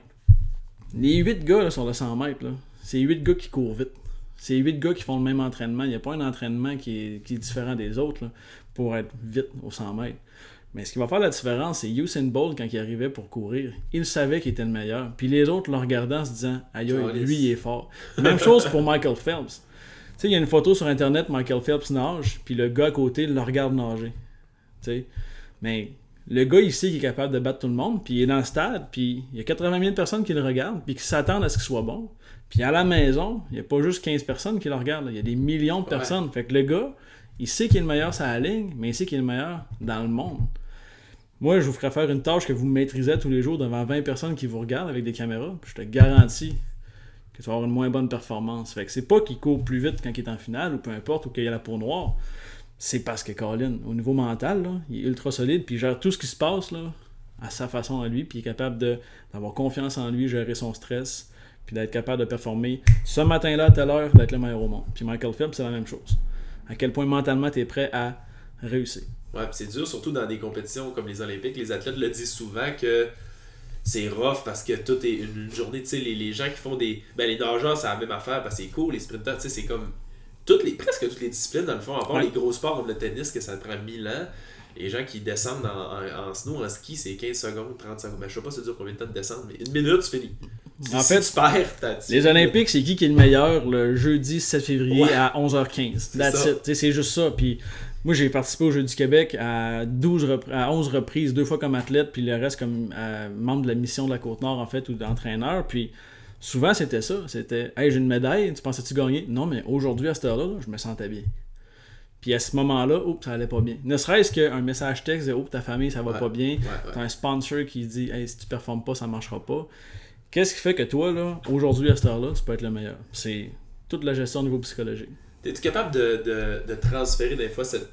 Les 8 gars là, sur le 100 mètres, là, c'est 8 gars qui courent vite. C'est 8 gars qui font le même entraînement. Il n'y a pas un entraînement qui est différent des autres là, pour être vite au 100 mètres. Mais ce qui va faire la différence, c'est Usain Bolt, quand il arrivait pour courir, il savait qu'il était le meilleur. Puis les autres le regardaient en se disant « Aïe, lui, il est fort. » Même chose pour Michael Phelps. Tu sais, il y a une photo sur Internet, Michael Phelps nage, puis le gars à côté le regarde nager. Tu sais, mais le gars, il sait qu'il est capable de battre tout le monde, puis il est dans le stade, puis il y a 80 000 personnes qui le regardent, puis qui s'attendent à ce qu'il soit bon. Puis à la maison, il n'y a pas juste 15 personnes qui le regardent, il y a des millions de personnes. Fait que le gars, il sait qu'il est le meilleur sur la ligne, mais il sait qu'il est le meilleur dans le monde. Moi, je vous ferais faire une tâche que vous maîtrisez tous les jours devant 20 personnes qui vous regardent avec des caméras, puis je te garantis que tu vas avoir une moins bonne performance. Fait que c'est pas qu'il court plus vite quand il est en finale, ou peu importe, ou qu'il y a la peau noire. C'est parce que Colin, au niveau mental, là, il est ultra solide, puis il gère tout ce qui se passe là, à sa façon à lui, puis il est capable d'avoir confiance en lui, gérer son stress, puis d'être capable de performer ce matin-là à telle heure, d'être le meilleur au monde. Puis Michael Phelps, c'est la même chose. À quel point mentalement tu es prêt à réussir. Ouais, puis c'est dur, surtout dans des compétitions comme les Olympiques. Les athlètes le disent souvent que c'est rough parce que tout est une journée. Tu sais, les gens qui font des. Ben, les nageurs, c'est la même affaire parce que c'est court. Les sprinteurs, tu sais, c'est comme. Presque toutes les disciplines, dans le fond, à part les gros sports comme le tennis, que ça prend 1000 ans. Les gens qui descendent en snow, en ski, c'est 15 secondes, 30 secondes. Ben, je sais pas si ça dure combien de temps de descendre, mais une minute, c'est fini. En fait, tu perds, les Olympiques, c'est qui est le meilleur le jeudi 7 février à 11h15. That's it. C'est juste ça. Puis moi, j'ai participé aux Jeux du Québec à 11 reprises, 2 fois comme athlète, puis le reste comme membre de la mission de la Côte-Nord, en fait, ou d'entraîneur. Puis souvent, c'était ça. C'était « Hey, j'ai une médaille, tu pensais-tu gagner? » Non, mais aujourd'hui, à cette heure-là, je me sentais bien. Puis à ce moment-là, ça allait pas bien. Ne serait-ce qu'un message texte de « Oh, ta famille, ça va pas bien. » T'as un sponsor qui dit « Hey, si tu performes pas, ça marchera pas. » Qu'est-ce qui fait que toi, là, aujourd'hui, à cette heure-là, tu peux être le meilleur? C'est toute la gestion au niveau psychologique. Es-tu capable de transférer des fois cette...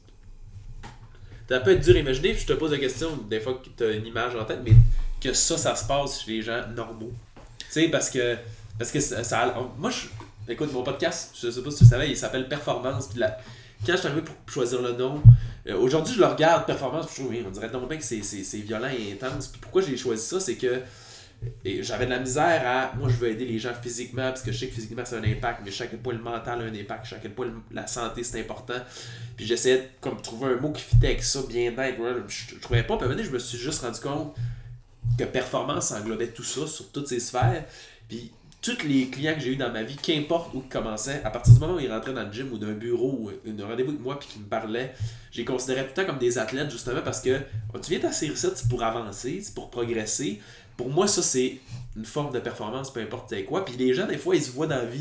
Ça peut être dur à imaginer, puis je te pose la question, des fois que tu as une image en tête, mais que ça se passe chez les gens normaux. Tu sais, parce que moi, écoute, mon podcast, je sais pas si tu savais, il s'appelle Performance, puis quand je suis arrivé pour choisir le nom, aujourd'hui, je le regarde, Performance, puis je trouve, oui, on dirait donc bien que c'est violent et intense. Puis pourquoi j'ai choisi ça, c'est que j'avais de la misère à... Moi, je veux aider les gens physiquement, parce que je sais que physiquement, c'est un impact, mais je sais à quel point le mental a un impact, je sais à quel point la santé, c'est important. Puis j'essayais de trouver un mot qui fitait avec ça, bien-être. Je trouvais pas, puis à un moment donné, je me suis juste rendu compte que performance englobait tout ça, sur toutes ces sphères. Puis tous les clients que j'ai eu dans ma vie, qu'importe où ils commençaient, à partir du moment où ils rentraient dans le gym ou d'un bureau ou un rendez-vous avec moi puis qu'ils me parlaient, j'ai considéré tout le temps comme des athlètes, justement, parce que tu viens t'asseoir ça, c'est pour avancer, c'est pour progresser. Pour moi, ça, c'est une forme de performance, peu importe c'est quoi. Puis les gens, des fois, ils se voient dans la vie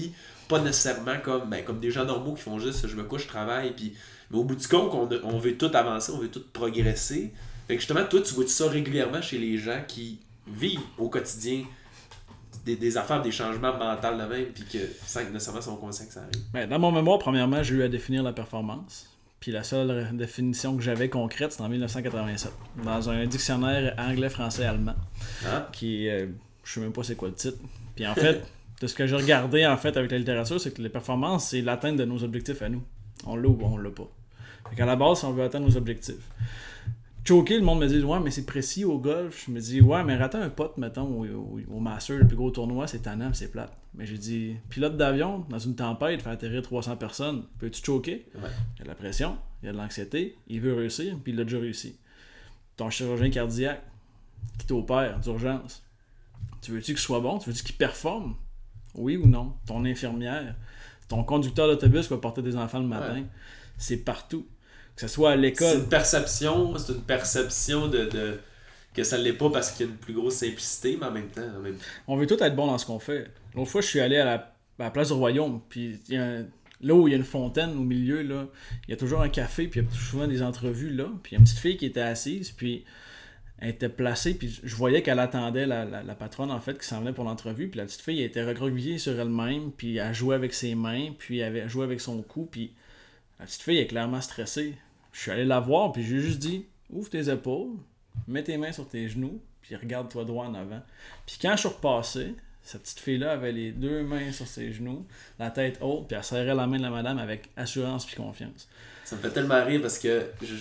pas nécessairement comme des gens normaux qui font juste je me couche, je travaille, puis mais au bout du compte, on veut tout avancer, on veut tout progresser. Fait que justement, toi, tu vois ça régulièrement chez les gens qui vivent au quotidien des affaires, des changements mentaux de même, puis que sans nécessairement sont conscients que ça arrive. Ben, dans mon mémoire, premièrement, j'ai eu à définir la performance. Puis la seule définition que j'avais concrète, c'était en 1987. Dans un dictionnaire anglais-français-allemand. Qui, je sais même pas c'est quoi le titre. Puis en fait, de ce que j'ai regardé en fait avec la littérature, c'est que les performances, c'est l'atteinte de nos objectifs à nous. On l'a ou on l'a pas. Fait qu'à la base, si on veut atteindre nos objectifs. Choqué, le monde me dit ouais, mais c'est précis au golf. Je me dis ouais, mais rater un pote, mettons, au Master, le plus gros tournoi, c'est tannant, c'est plate. Mais j'ai dit pilote d'avion, dans une tempête, faire atterrir 300 personnes, peux-tu choquer? Ouais. Il y a de la pression, il y a de l'anxiété, il veut réussir, puis il l'a déjà réussi. Ton chirurgien cardiaque qui t'opère d'urgence, tu veux-tu qu'il soit bon? Tu veux-tu qu'il performe? Oui ou non? Ton infirmière, ton conducteur d'autobus qui va porter des enfants le matin, c'est partout. Que ce soit à l'école. C'est une perception de que ça ne l'est pas parce qu'il y a une plus grosse simplicité, mais en même temps. On veut tout être bon dans ce qu'on fait. L'autre fois, je suis allé à la place du Royaume, puis là où il y a une fontaine au milieu, là, il y a toujours un café, puis il y a souvent des entrevues là. Puis il y a une petite fille qui était assise, puis elle était placée, puis je voyais qu'elle attendait la patronne en fait qui s'en venait pour l'entrevue, puis la petite fille elle était recroquevillée sur elle-même, puis elle jouait avec ses mains, puis elle jouait avec son cou, puis la petite fille est clairement stressée. Je suis allé la voir, puis j'ai juste dit ouvre tes épaules, mets tes mains sur tes genoux, puis regarde-toi droit en avant. Puis quand je suis repassé, cette petite fille-là avait les deux mains sur ses genoux, la tête haute, puis elle serrait la main de la madame avec assurance puis confiance. Ça me fait tellement rire parce que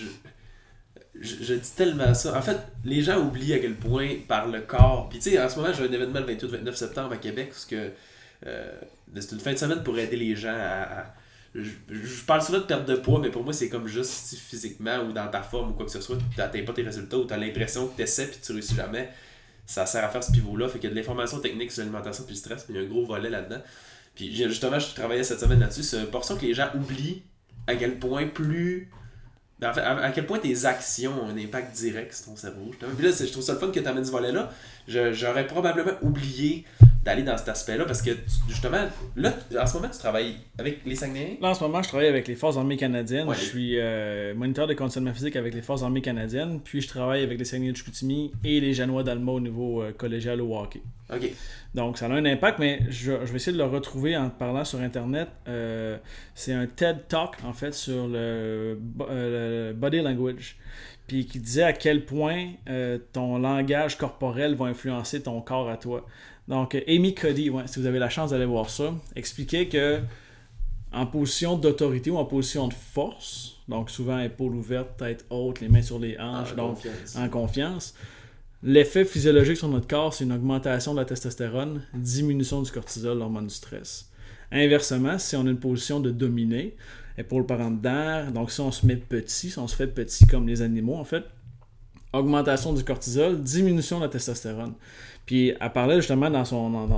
je dis tellement ça. En fait, les gens oublient à quel point par le corps. Puis tu sais, en ce moment, j'ai un événement le 28-29 septembre à Québec parce que c'est une fin de semaine pour aider les gens à je parle souvent de perte de poids, mais pour moi, c'est comme juste si physiquement ou dans ta forme ou quoi que ce soit, tu n'atteins pas tes résultats ou tu as l'impression que tu essaies puis tu réussis jamais. Ça sert à faire ce pivot-là. Fait qu'il y a de l'information technique sur l'alimentation puis le stress, mais il y a un gros volet là-dedans. Puis justement, je travaillais cette semaine là-dessus. C'est une portion que les gens oublient à quel point en fait, à quel point tes actions ont un impact direct sur ton cerveau. Puis là, je trouve ça le fun que tu amènes ce volet-là. J'aurais probablement oublié d'aller dans cet aspect-là parce que justement, là, en ce moment, tu travailles avec les Saguenayens? Là, en ce moment, je travaille avec les Forces armées canadiennes. Ouais. Je suis moniteur de conditionnement physique avec les Forces armées canadiennes. Puis je travaille avec les Saguenay de Chicoutimi et les Janois d'Alma au niveau collégial au hockey. OK. Donc, ça a un impact, mais je vais essayer de le retrouver en parlant sur Internet. C'est un TED Talk, en fait, sur le body language. Puis qui disait à quel point ton langage corporel va influencer ton corps à toi. Donc, Amy Cuddy, si vous avez la chance d'aller voir ça, expliquait que en position d'autorité ou en position de force, donc souvent épaules ouvertes, tête haute, les mains sur les hanches, en confiance, l'effet physiologique sur notre corps, c'est une augmentation de la testostérone, diminution du cortisol, l'hormone du stress. Inversement, si on a une position de dominer, épaules par en dedans, donc si on se met petit, si on se fait petit comme les animaux en fait, augmentation du cortisol, diminution de la testostérone. Puis elle parlait justement dans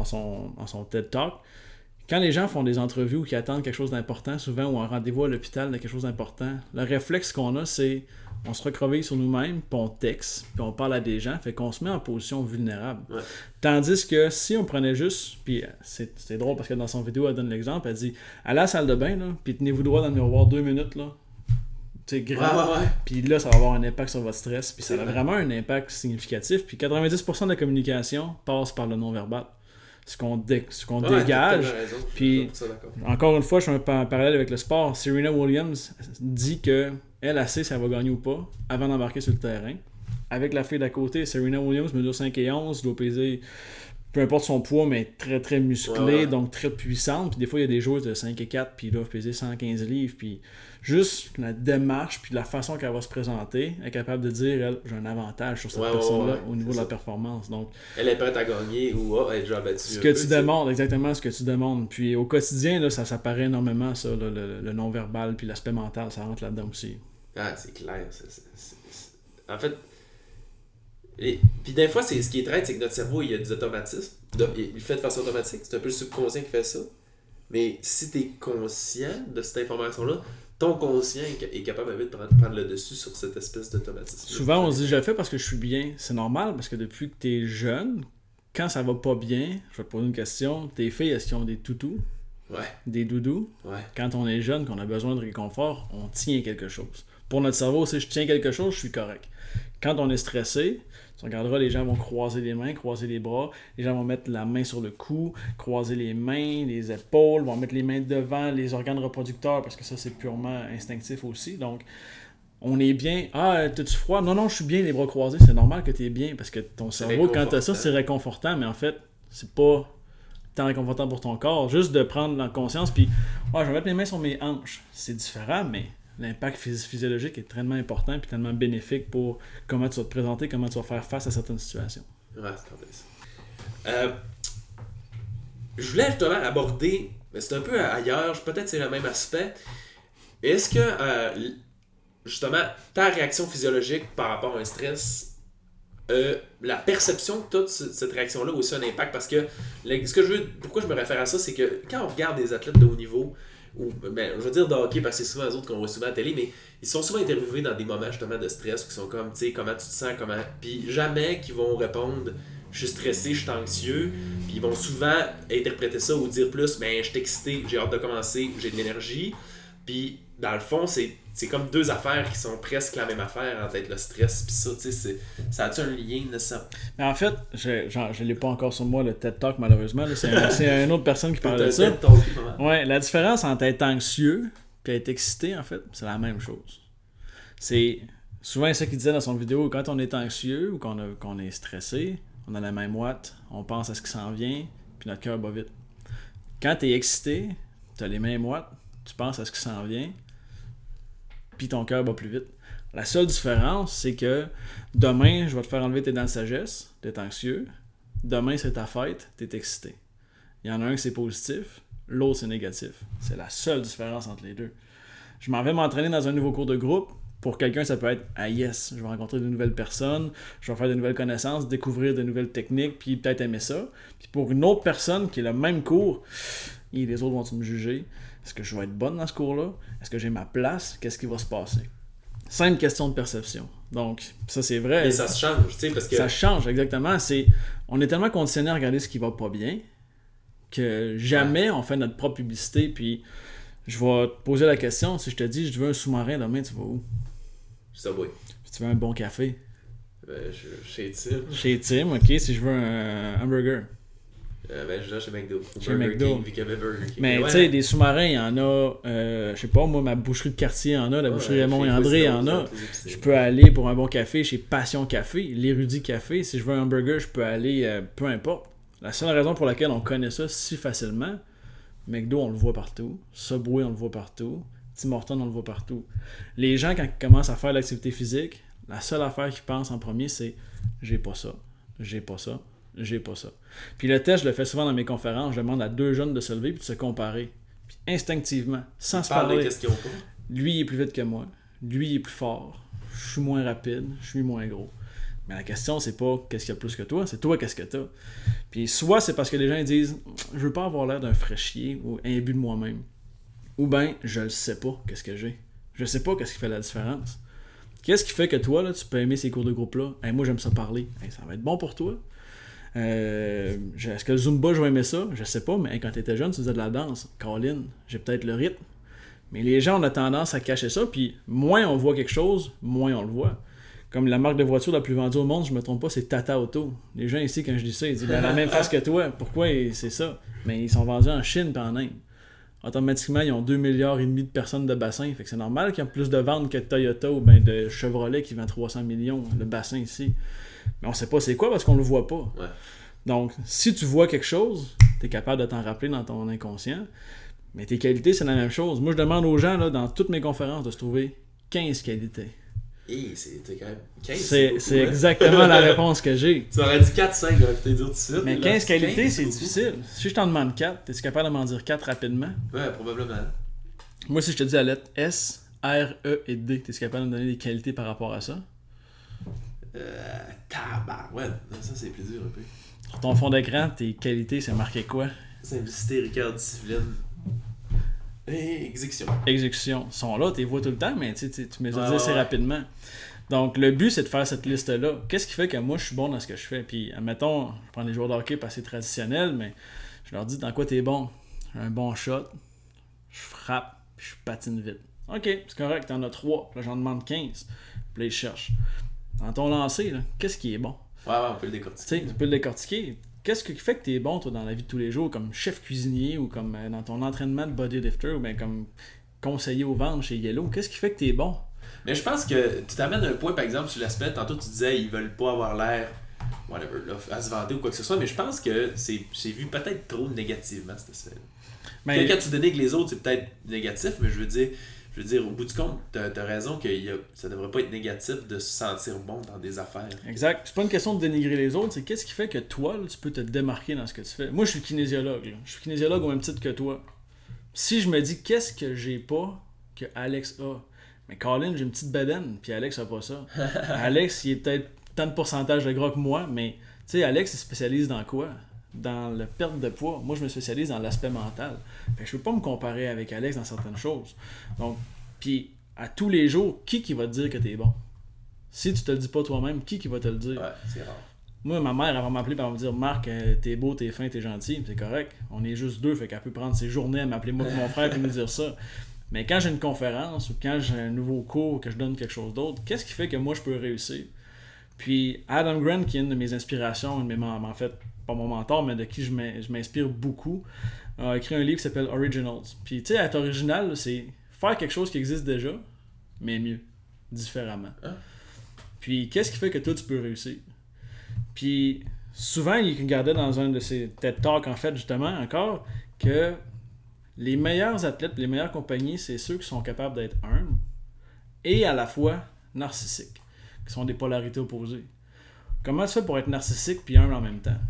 son TED Talk, quand les gens font des entrevues ou qui attendent quelque chose d'important, souvent, ou un rendez-vous à l'hôpital de quelque chose d'important, le réflexe qu'on a, c'est on se recreville sur nous-mêmes, puis on texte, puis on parle à des gens, fait qu'on se met en position vulnérable. Ouais. Tandis que si on prenait juste, puis c'est drôle parce que dans son vidéo, elle donne l'exemple, elle dit allez à la salle de bain, là, puis tenez-vous droit dans le miroir 2 minutes, là. C'est grave. Ouais. Puis là, ça va avoir un impact sur votre stress. Puis ça a vraiment un impact significatif. Puis 90% de la communication passe par le non-verbal. Ce qu'on dégage. Puis encore une fois, je fais un parallèle avec le sport. Serena Williams dit que elle sait si elle va gagner ou pas avant d'embarquer sur le terrain. Avec la fille d'à côté, Serena Williams mesure 5 et 11, doit peser peu importe son poids, mais très très musclée, donc très puissante. Puis des fois, il y a des joueuses de 5 et 4, puis ils doivent peser 115 livres. Puis juste la démarche, puis la façon qu'elle va se présenter, elle est capable de dire, elle, j'ai un avantage sur cette personne-là au niveau de la performance. Donc, elle est prête à gagner ou elle est déjà battue. Ce que tu demandes, exactement ce que tu demandes. Puis au quotidien, là, ça paraît énormément, ça, le non-verbal, puis l'aspect mental, ça rentre là-dedans aussi. Ah, c'est clair. En fait, puis des fois, ce qui est traite, c'est que notre cerveau, il y a des automatismes. Il fait de façon automatique. C'est un peu le subconscient qui fait ça. Mais si tu es conscient de cette information-là, ton conscient est capable de prendre le dessus sur cette espèce d'automatisme. Souvent, on se dit, je le fais parce que je suis bien. C'est normal, parce que depuis que tu es jeune, quand ça va pas bien, je vais te poser une question. Tes filles, est-ce qu'ils ont des toutous? Ouais. des doudous. Ouais. Quand on est jeune, qu'on a besoin de réconfort, on tient quelque chose. Pour notre cerveau, si je tiens quelque chose, je suis correct. Quand on est stressé, tu regarderas, les gens vont croiser les mains, croiser les bras, les gens vont mettre la main sur le cou, croiser les mains, les épaules, vont mettre les mains devant les organes reproducteurs, parce que ça, c'est purement instinctif aussi. Donc, on est bien. Ah, t'as-tu froid? Non, je suis bien, les bras croisés. C'est normal que t'es bien, parce que ton cerveau, quand t'as ça, c'est réconfortant, mais en fait, c'est pas tant réconfortant pour ton corps. Juste de prendre la conscience, puis, je vais mettre mes mains sur mes hanches. C'est différent, mais l'impact physiologique est tellement important puis tellement bénéfique pour comment tu vas te présenter, comment tu vas faire face à certaines situations. Ouais, c'est intéressant. Je voulais justement aborder, mais c'est un peu ailleurs, peut-être c'est le même aspect. Est-ce que, justement, ta réaction physiologique par rapport à un stress, la perception que tu as de cette réaction-là a aussi un impact? Parce que, pourquoi je me réfère à ça, c'est que quand on regarde des athlètes de haut niveau, ou je veux dire de hockey parce que c'est souvent les autres qu'on voit souvent à la télé, mais ils sont souvent interviewés dans des moments justement de stress qui sont comme, tu sais, comment tu te sens, puis jamais qu'ils vont répondre je suis stressé, je suis anxieux, puis ils vont souvent interpréter ça ou dire plus je suis excité, j'ai hâte de commencer, j'ai de l'énergie, puis dans le fond c'est comme deux affaires qui sont presque la même affaire en tête, le stress puis ça, tu sais, ça a-tu un lien de ça? Mais en fait, je l'ai pas encore sur moi le TED Talk malheureusement, là, c'est une autre personne qui parle de ça. Ouais, la différence entre être anxieux et être excité, en fait, c'est la même chose. C'est souvent ça qu'il disait dans son vidéo, quand on est anxieux ou qu'on est stressé, on a la même ouate, on pense à ce qui s'en vient, puis notre cœur bat vite. Quand tu es excité, tu as les mêmes ouates, tu penses à ce qui s'en vient, puis ton cœur bat plus vite. La seule différence, c'est que demain, je vais te faire enlever tes dents de sagesse, t'es anxieux. Demain, c'est ta fête, t'es excité. Il y en a un qui c'est positif, l'autre c'est négatif. C'est la seule différence entre les deux. Je m'en vais m'entraîner dans un nouveau cours de groupe. Pour quelqu'un, ça peut être « Ah yes, je vais rencontrer de nouvelles personnes, je vais faire de nouvelles connaissances, découvrir de nouvelles techniques, puis peut-être aimer ça. » Puis pour une autre personne qui est le même cours, les autres vont-ils me juger? Est-ce que je vais être bonne dans ce cours-là? Est-ce que j'ai ma place? Qu'est-ce qui va se passer? Simple question de perception. Donc, ça c'est vrai. Mais ça se change, tu sais, parce que... Ça change, exactement. On est tellement conditionné à regarder ce qui va pas bien que jamais on fait notre propre publicité, puis je vais te poser la question, si je te dis, je veux un sous-marin demain, tu vas où? Subway. Si tu veux un bon café? Chez Tim. Chez Tim, ok. Si je veux un hamburger? Je vais chez McDo. Chez McDo. King, vu qu'il y avait Burger King. Mais tu sais, des sous-marins, il y en a, je sais pas, moi, ma boucherie de quartier, il y en a, la boucherie Raymond et André, il y en a. Je peux aller pour un bon café chez Passion Café, l'Érudit Café. Si je veux un hamburger, je peux aller, peu importe. La seule raison pour laquelle on connaît ça si facilement, McDo, on le voit partout. Subway, on le voit partout. Tim Hortons, on le voit partout. Les gens, quand ils commencent à faire de l'activité physique, la seule affaire qu'ils pensent en premier, c'est « j'ai pas ça, j'ai pas ça, j'ai pas ça ». Puis le test, je le fais souvent dans mes conférences, je demande à deux jeunes de se lever puis de se comparer. Puis instinctivement, sans se parler. Qu'est-ce qu'ils ont pas? Lui, il est plus vite que moi. Lui, il est plus fort. Je suis moins rapide. Je suis moins gros. Mais la question, c'est pas qu'est-ce qu'il y a plus que toi, c'est toi qu'est-ce que t'as. Puis soit c'est parce que les gens ils disent « je veux pas avoir l'air d'un fraîchier ou imbu de moi-même ». Ou bien, je le sais pas, qu'est-ce que j'ai. Je sais pas qu'est-ce qui fait la différence. Qu'est-ce qui fait que toi, là, tu peux aimer ces cours de groupe-là? Hey, moi, j'aime ça parler. Hey, ça va être bon pour toi. Est-ce que le Zumba, je vais aimer ça? Je sais pas, mais hey, quand tu étais jeune, tu faisais de la danse. Colin, j'ai peut-être le rythme. Mais les gens, on a tendance à cacher ça, puis moins on voit quelque chose, moins on le voit. Comme la marque de voiture la plus vendue au monde, je me trompe pas, c'est Tata Auto. Les gens ici, quand je dis ça, ils disent la même face que toi. Pourquoi c'est ça? Mais ils sont vendus en Chine et en Inde. Automatiquement, ils ont 2,5 milliards de personnes de bassin. Fait que c'est normal qu'il y ait plus de ventes que Toyota ou ben de Chevrolet qui vend 300 millions de bassin ici. Mais on sait pas c'est quoi parce qu'on le voit pas. Ouais. Donc, si tu vois quelque chose, tu es capable de t'en rappeler dans ton inconscient. Mais tes qualités, c'est la même chose. Moi, je demande aux gens, là, dans toutes mes conférences, de se trouver 15 qualités. C'était quand même 15. C'est exactement la réponse que j'ai. Tu m'aurais dit 4-5, j'aurais pu te dire tout de suite. Mais 15 qualités, c'est difficile. Si je t'en demande 4, es-tu capable de m'en dire 4 rapidement? Ouais, probablement. Moi, si je te dis la lettre S, R, E et D, es-tu capable de me donner des qualités par rapport à ça? Tabarouette. Ça, c'est plus dur un peu. Sur ton fond d'écran, tes qualités, c'est marqué quoi? Simplicité, rigueur, discipline. Et exécution. Exécution. Ils sont là, tu les vois tout le temps, mais tu me les as dit assez rapidement. Donc, le but, c'est de faire cette liste-là. Qu'est-ce qui fait que moi, je suis bon dans ce que je fais? Puis, admettons, je prends les joueurs de hockey parce que c'est traditionnel, mais je leur dis dans quoi t'es bon? un bon shot, je frappe, puis je patine vite. Ok, c'est correct, t'en as 3, là j'en demande 15. Puis là, ils cherchent. Dans ton lancer, là, qu'est-ce qui est bon? Ouais, on peut le décortiquer. Tu peux le décortiquer. Qu'est-ce qui fait que t'es bon, toi, dans la vie de tous les jours, comme chef cuisinier ou comme dans ton entraînement de bodylifter ou bien comme conseiller aux ventes chez Yellow? Qu'est-ce qui fait que t'es bon? Mais je pense que tu t'amènes un point, par exemple, sur l'aspect, tantôt tu disais, ils veulent pas avoir l'air, whatever, là, à se vanter ou quoi que ce soit, mais je pense que c'est vu peut-être trop négativement, cet aspect-là. Mais... Quand tu dénigres les autres, c'est peut-être négatif, mais je veux dire, au bout du compte, t'as raison que ça devrait pas être négatif de se sentir bon dans des affaires. Exact. C'est pas une question de dénigrer les autres, c'est qu'est-ce qui fait que toi, là, tu peux te démarquer dans ce que tu fais. Moi, je suis kinésiologue. Là. Je suis kinésiologue au même titre que toi. Si je me dis qu'est-ce que j'ai pas que Alex a, mais Colin, j'ai une petite bedaine, puis Alex a pas ça. Alex, il est peut-être tant de pourcentage de gras que moi, mais tu sais, Alex, il se spécialise dans quoi? Dans la perte de poids. Moi, je me spécialise dans l'aspect mental. Fait que je peux pas me comparer avec Alex dans certaines choses. Donc, puis à tous les jours, qui va te dire que t'es bon? Si tu te le dis pas toi-même, qui va te le dire? Ouais, c'est rare. Moi, ma mère, elle va m'appeler pour me dire « Marc, t'es beau, t'es fin, t'es gentil. » C'est correct. On est juste deux, fait qu'elle peut prendre ses journées à m'appeler moi et mon frère et me dire ça. Mais quand j'ai une conférence ou quand j'ai un nouveau cours, que je donne quelque chose d'autre, qu'est-ce qui fait que moi, je peux réussir? Puis Adam Grant, qui est une de mes inspirations, en fait, pas mon mentor, mais de qui je m'inspire beaucoup, a écrit un livre qui s'appelle Originals. Puis tu sais, être original, c'est faire quelque chose qui existe déjà, mais mieux, différemment. Hein? Puis qu'est-ce qui fait que toi, tu peux réussir? Puis souvent, il regardait dans un de ses TED Talks, en fait, justement, encore, que les meilleurs athlètes, les meilleures compagnies, c'est ceux qui sont capables d'être humbles et à la fois narcissiques, qui sont des polarités opposées. Comment tu fais pour être narcissique puis humble en même temps?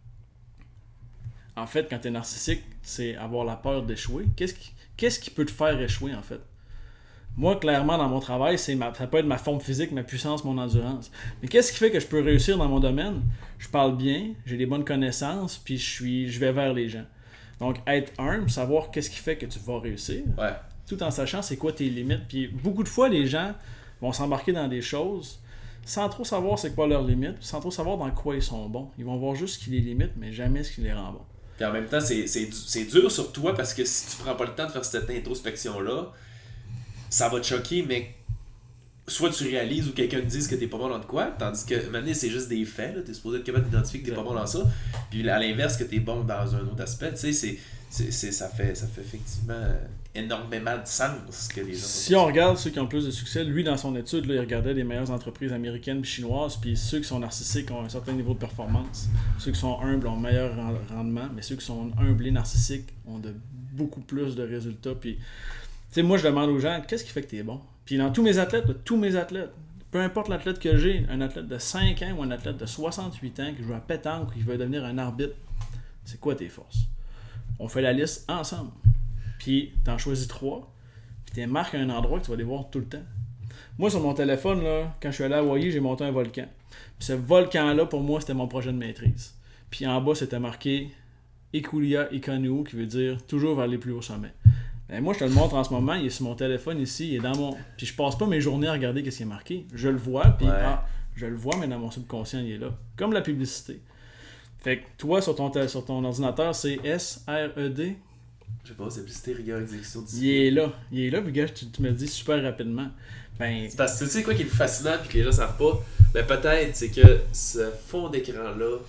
En fait, quand tu es narcissique, c'est avoir la peur d'échouer. Qu'est-ce qui peut te faire échouer, en fait? Moi, clairement, dans mon travail, ça peut être ma forme physique, ma puissance, mon endurance. Mais qu'est-ce qui fait que je peux réussir dans mon domaine? Je parle bien, j'ai des bonnes connaissances, puis je vais vers les gens. Donc, être humble, savoir qu'est-ce qui fait que tu vas réussir, Ouais. tout en sachant c'est quoi tes limites. Puis beaucoup de fois, les gens vont s'embarquer dans des choses sans trop savoir c'est quoi leurs limites, sans trop savoir dans quoi ils sont bons. Ils vont voir juste ce qui les limite, mais jamais ce qui les rend bons. Puis en même temps, c'est dur sur toi parce que si tu prends pas le temps de faire cette introspection-là, ça va te choquer, mais soit tu réalises ou quelqu'un te dise que t'es pas bon dans de quoi, tandis que maintenant c'est juste des faits, là, t'es supposé être capable d'identifier que t'es pas bon dans ça, puis à l'inverse que t'es bon dans un autre aspect, tu sais, ça fait effectivement énormément de sens que les gens... Si on regarde ceux qui ont le plus de succès, lui dans son étude, là, il regardait les meilleures entreprises américaines et chinoises, puis ceux qui sont narcissiques ont un certain niveau de performance, ceux qui sont humbles ont un meilleur rendement, mais ceux qui sont humbles et narcissiques ont beaucoup plus de résultats. Puis, tu sais, moi je demande aux gens, qu'est-ce qui fait que t'es bon? Puis dans tous mes athlètes, peu importe l'athlète que j'ai, un athlète de 5 ans ou un athlète de 68 ans qui joue à pétanque ou qui veut devenir un arbitre, c'est quoi tes forces? On fait la liste ensemble. Puis t'en choisis 3, puis tu marques à un endroit que tu vas les voir tout le temps. Moi, sur mon téléphone, là, quand je suis allé à Hawaii, j'ai monté un volcan. Puis ce volcan-là, pour moi, c'était mon projet de maîtrise. Puis en bas, c'était marqué Ekulia Ikanu, qui veut dire toujours vers les plus hauts sommets. Ben, moi, je te le montre en ce moment, il est sur mon téléphone ici, il est dans mon... Puis je passe pas mes journées à regarder qu'est-ce qui est marqué. Je le vois, puis je le vois, mais dans mon subconscient, il est là. Comme la publicité. Fait que toi, sur ton ordinateur, c'est S-R-E-D. Je sais pas, c'est publicité, rigueur, exécution, Il est là, puis gars, tu me le dis super rapidement. Ben... C'est parce que tu sais quoi qui est le plus fascinant puis que les gens savent pas? Ben peut-être, c'est que ce fond d'écran-là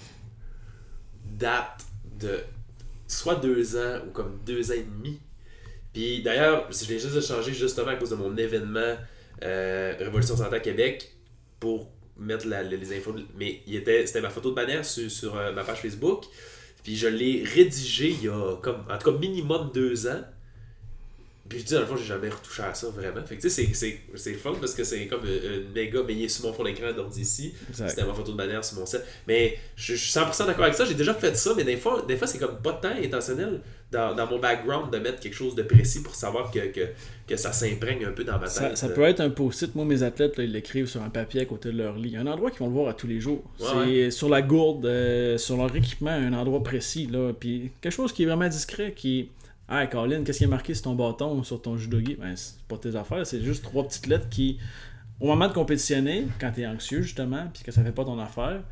date de soit 2 ans ou comme 2 ans et demi. Puis d'ailleurs, je l'ai juste changé justement à cause de mon événement Révolution Santé Québec pour mettre les infos. Mais c'était ma photo de bannière sur ma page Facebook. Puis je l'ai rédigé il y a comme, en tout cas minimum 2 ans. Puis je dis dans le fond, j'ai jamais retouché à ça vraiment. Fait que tu sais, c'est le fun parce que c'est comme une méga, mais il est sur mon fond d'écran d'ordi ici. Exact. C'était ma photo de bannière sur mon set. Mais je suis 100% d'accord avec ça. J'ai déjà fait ça, mais des fois c'est comme pas de temps intentionnel dans mon background de mettre quelque chose de précis pour savoir que ça s'imprègne un peu dans ma tête. Ça peut être un post-it. Moi, mes athlètes, là, ils l'écrivent sur un papier à côté de leur lit. Il y a un endroit qu'ils vont le voir à tous les jours. C'est sur la gourde, sur leur équipement, un endroit précis. Là. Puis quelque chose qui est vraiment discret, qui... Ah, Colin, qu'est-ce qui est marqué sur ton bâton ou sur ton judogi? Ben, c'est pas tes affaires, c'est juste 3 petites lettres qui, au moment de compétitionner, quand t'es anxieux justement, puis que ça fait pas ton affaire,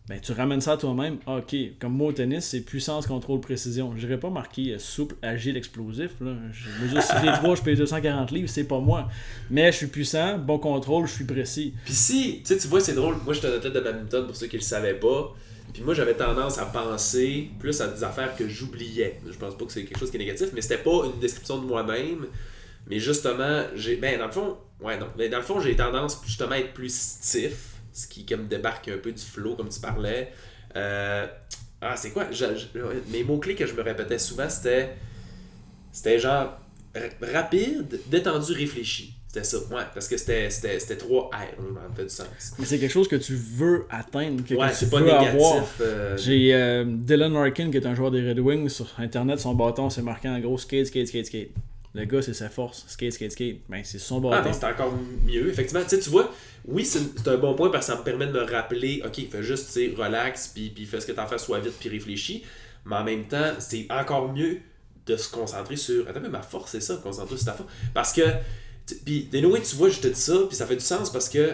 Ben, tu ramènes ça à toi-même. Ah, ok, comme moi au tennis, c'est puissance, contrôle, précision. Je n'irais pas marquer souple, agile, explosif. Là. Je mesure 6 pieds 3, je pèse 240 livres, c'est pas moi. Mais je suis puissant, bon contrôle, je suis précis. Puis si, tu vois, c'est drôle, moi j'étais un athlète de badminton pour ceux qui le savaient pas. Puis moi j'avais tendance à penser plus à des affaires que j'oubliais. Je pense pas que c'est quelque chose qui est négatif, mais c'était pas une description de moi-même. Mais justement, dans le fond, j'ai tendance justement à être plus stiff. Ce qui comme débarque un peu du flow, comme tu parlais. C'est quoi? Mes mots-clés que je me répétais souvent, c'était genre rapide, détendu, réfléchi. C'était ça, ouais, parce que c'était 3 R, ça fait du sens. Mais c'est quelque chose que tu veux atteindre, que ouais, tu c'est pas veux négatif. avoir. J'ai Dylan Larkin, qui est un joueur des Red Wings, sur Internet, son bâton, c'est marqué en gros skate, skate, skate, skate. Le gars, c'est sa force. Skate, skate, skate. Ben, c'est son bâton. Ah, mais c'est encore mieux. Effectivement, tu vois, oui, c'est un bon point parce que ça me permet de me rappeler, ok, fais juste, relax, puis fais ce que t'en fais, sois vite, puis réfléchis. Mais en même temps, c'est encore mieux de se concentrer sur. Attends, mais ma force, c'est ça, concentrer sur ta force. Parce que, puis, anyway, tu vois, je te dis ça, puis ça fait du sens parce que,